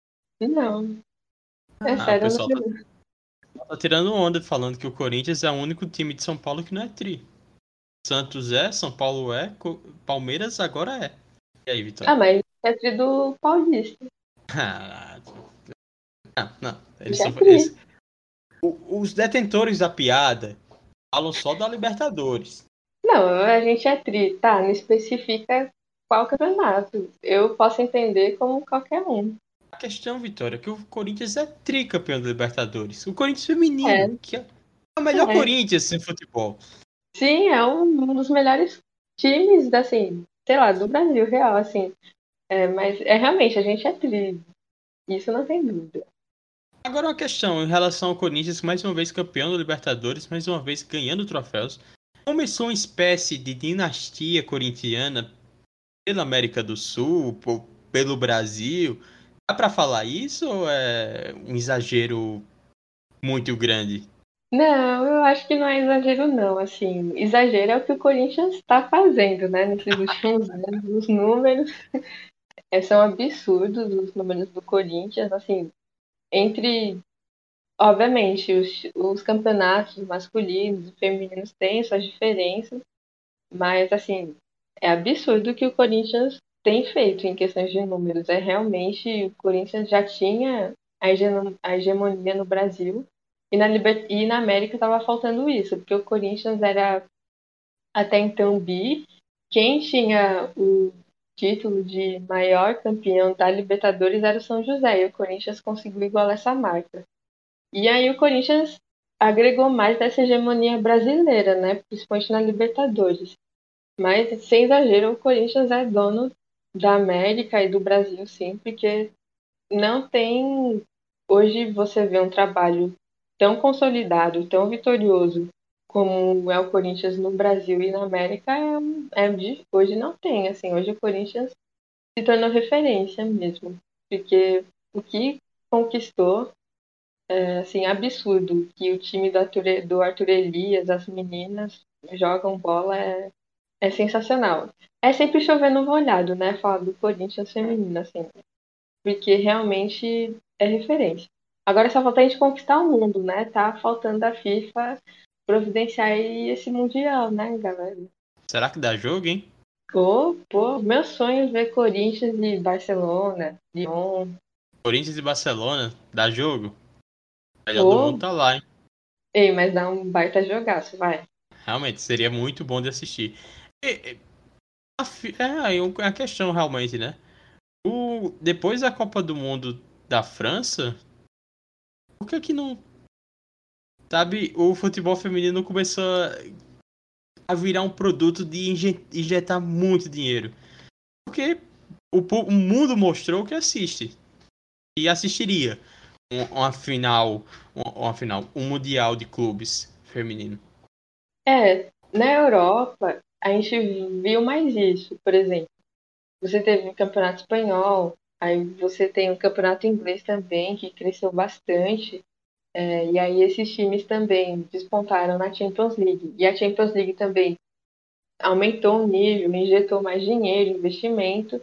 Não. É Ah, o sério, eu não pessoal tá, sabia. tá tirando onda falando que o Corinthians é o único time de São Paulo que não é tri. Santos é, São Paulo é, Co- Palmeiras agora é. E aí, Ah, Vitória? mas é tri do Paulista. Ah, não, não. Eles Já é são. tri. Eles, o- os detentores da piada falam só da Libertadores. Não, a gente é tri, tá? Não especifica qual campeonato. Eu posso entender como qualquer um. A questão, Vitória, é que o Corinthians é tricampeão da Libertadores. O Corinthians feminino, É, que é o melhor é. Corinthians em futebol. Sim, é um um dos melhores times, assim, sei lá, do Brasil, real, assim. É, mas é realmente, a gente é tri. Isso não tem dúvida. Agora uma questão em relação ao Corinthians, mais uma vez campeão da Libertadores, mais uma vez ganhando troféus. Começou uma espécie de dinastia corintiana pela América do Sul, po- pelo Brasil. Dá pra falar isso ou é um exagero muito grande? Não, eu acho que não é exagero, não. Assim, exagero é o que o Corinthians está fazendo, né? Nesses últimos anos, os números é, são absurdos, os números do Corinthians, assim, entre, obviamente, os, os campeonatos masculinos e femininos têm suas diferenças, mas, assim, é absurdo o que o Corinthians tem feito em questões de números. É realmente, o Corinthians já tinha a hegemo- a hegemonia no Brasil e na, Liber- e na América estava faltando isso, porque o Corinthians era até então bi. Quem tinha o título de maior campeão da Libertadores era o São José, e o Corinthians conseguiu igualar essa marca. E aí o Corinthians agregou mais dessa hegemonia brasileira, né? Principalmente na Libertadores. Mas, sem exagero, o Corinthians é dono da América e do Brasil, sim, porque não tem. Hoje você vê um trabalho tão consolidado, tão vitorioso como é o Corinthians no Brasil e na América, é, um- é de- hoje não tem. Assim, hoje o Corinthians se tornou referência mesmo, porque o que conquistou é assim, absurdo que o time do Arthur, do Arthur Elias, as meninas jogam bola, é é sensacional. É sempre chovendo molhado, né? Falar do Corinthians feminino, assim. Porque realmente é referência. Agora só falta a gente conquistar o mundo, né? Tá faltando a FIFA providenciar aí esse Mundial, né, galera? Será que dá jogo, hein? Pô, pô, meu sonho é ver Corinthians e Barcelona, Lyon. Corinthians e Barcelona, dá jogo? O melhor do mundo Pô, tá lá, hein? ei, mas dá um baita jogaço, vai. Realmente, seria muito bom de assistir. E- e- a fi- é aí um- a questão, realmente, né? O, depois da Copa do Mundo da França, por que que não, sabe, o futebol feminino começou a a virar um produto de inje- injetar muito dinheiro? Porque o, pu- o mundo mostrou que assiste. E assistiria um- uma final, uma, uma final, um mundial de clubes feminino. É, na Europa, a gente viu mais isso, por exemplo. Você teve o Campeonato Espanhol, aí você tem o Campeonato Inglês também, que cresceu bastante. É, e aí esses times também despontaram na Champions League. E a Champions League também aumentou o nível, injetou mais dinheiro, investimento.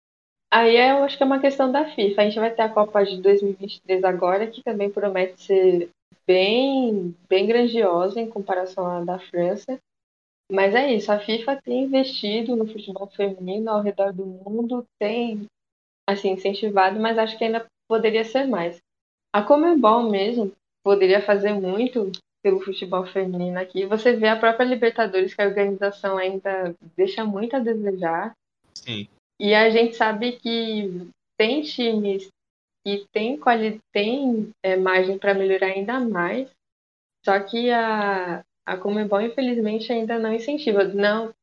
Aí é, eu acho que é uma questão da FIFA. A gente vai ter a Copa de dois mil e vinte e três agora, que também promete ser bem, bem grandiosa em comparação à da França. Mas é isso, a FIFA tem investido no futebol feminino ao redor do mundo, tem assim incentivado, mas acho que ainda poderia ser mais. A Conmebol mesmo poderia fazer muito pelo futebol feminino aqui. Você vê a própria Libertadores, que a organização ainda deixa muito a desejar. Sim. E a gente sabe que tem times que têm quali tem, é, margem para melhorar ainda mais, só que a, a Conmebol, infelizmente, ainda não incentiva. Não,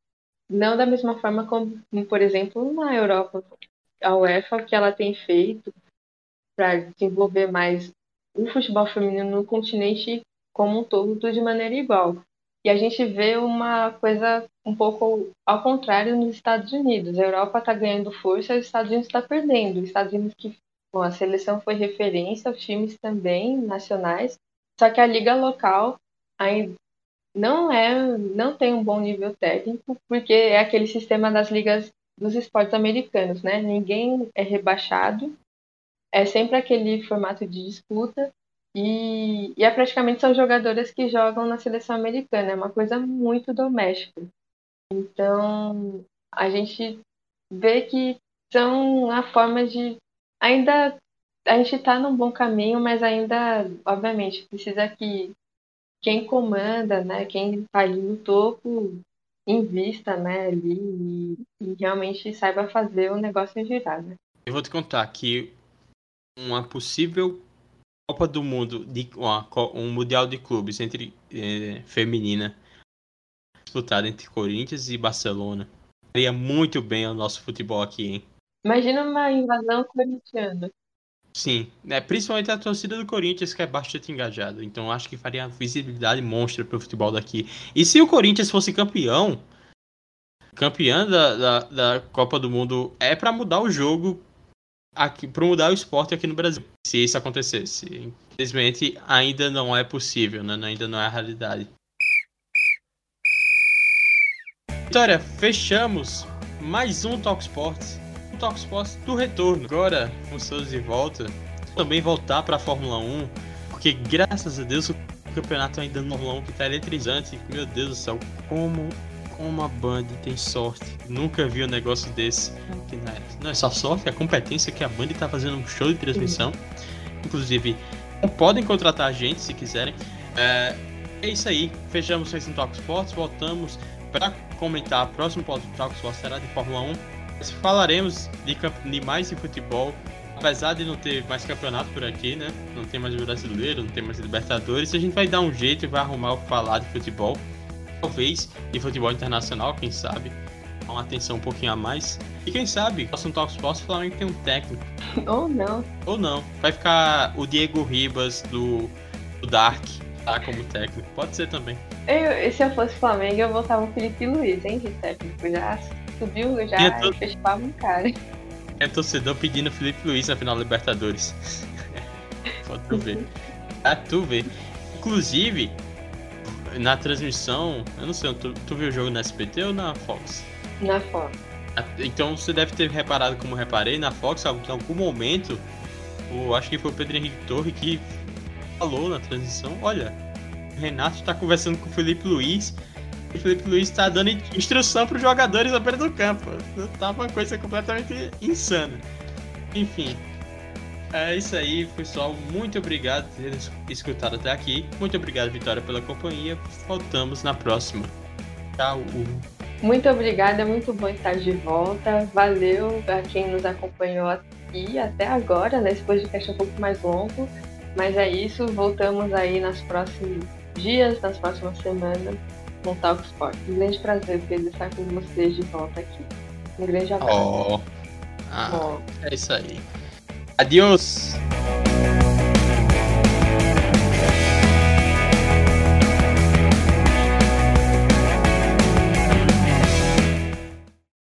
não da mesma forma como, como, por exemplo, na Europa, a UEFA, o que ela tem feito para desenvolver mais o futebol feminino no continente como um todo, tudo de maneira igual. E a gente vê uma coisa um pouco ao contrário nos Estados Unidos. A Europa está ganhando força e os Estados Unidos está perdendo. Os Estados Unidos que, bom, a seleção foi referência, os times também nacionais, só que a liga local ainda não é, não tem um bom nível técnico, porque é aquele sistema das ligas dos esportes americanos, né? Ninguém é rebaixado, é sempre aquele formato de disputa e, e é praticamente são jogadoras que jogam na seleção americana, é uma coisa muito doméstica. Então, a gente vê que são a forma de ainda a gente está num bom caminho, mas ainda, obviamente, precisa que quem comanda, né, quem está ali no topo, invista, né, ali e, e realmente saiba fazer o negócio girar, né? Eu vou te contar que uma possível Copa do Mundo, de, uma, um Mundial de Clubes entre é, feminina, disputada entre Corinthians e Barcelona, faria muito bem ao nosso futebol aqui, hein? Imagina uma invasão corintiana. Sim, né? Principalmente a torcida do Corinthians, que é bastante engajada. Então acho que faria uma visibilidade monstra pro futebol daqui. E se o Corinthians fosse campeão, campeã da, da, da Copa do Mundo, é para mudar o jogo aqui, para mudar o esporte aqui no Brasil. Se isso acontecesse. Infelizmente, ainda não é possível, né? Ainda não é a realidade. Vitória, fechamos mais um Talk Sports. Um Talk Sports do retorno. Agora, com seus de volta, também voltar para a Fórmula um, porque graças a Deus o campeonato ainda no Fórmula um que tá eletrizante. Meu Deus do céu, como, como a Band tem sorte. Nunca vi um negócio desse. Não é só sorte, é a competência que a Band tá fazendo um show de transmissão. Inclusive, podem contratar a gente se quiserem. É, é isso aí, fechamos esse Talk Sports, voltamos para comentar. O próximo Talk Sports será de Fórmula um. Falaremos de, de mais de futebol, apesar de não ter mais campeonato por aqui, né? Não tem mais o brasileiro, não tem mais Libertadores. A gente vai dar um jeito e vai arrumar o que falar de futebol. Talvez de futebol internacional, quem sabe. Uma atenção um pouquinho a mais. E quem sabe, no próximo Talk Sports, o Flamengo tem um técnico. Ou não. Ou não. Vai ficar o Diego Ribas do, do Dark, tá? Como técnico. Pode ser também. Eu, se eu fosse Flamengo, eu botava o Felipe Luiz, hein, de técnico. Já subiu, já to... fechava um cara. É torcedor pedindo Felipe Luiz na final da Libertadores. Pode tu ver. Ah, tu ver. Inclusive, na transmissão, eu não sei, tu, tu viu o jogo na S B T ou na Fox? Na Fox. Então você deve ter reparado, como eu reparei, na Fox, em algum momento, o, acho que foi o Pedro Henrique Torre que falou na transmissão, olha, o Renato tá conversando com o Felipe Luiz, e o Felipe Luiz tá dando instrução pros jogadores à beira do campo. Tá uma coisa completamente insana. Enfim, é isso aí, pessoal. Muito obrigado por ter escutado até aqui. Muito obrigado, Vitória, pela companhia. Voltamos na próxima. Tchau. Muito obrigada, é muito bom estar de volta. Valeu a quem nos acompanhou aqui até agora, né? Esse podcast é um pouco mais longo, mas é isso. Voltamos aí nos próximos dias, nas próximas semanas, com Talk Sport. Um grande prazer, Pedro, estar com vocês de volta aqui. Um grande abraço. Oh. Ah, oh. É isso aí. Adiós!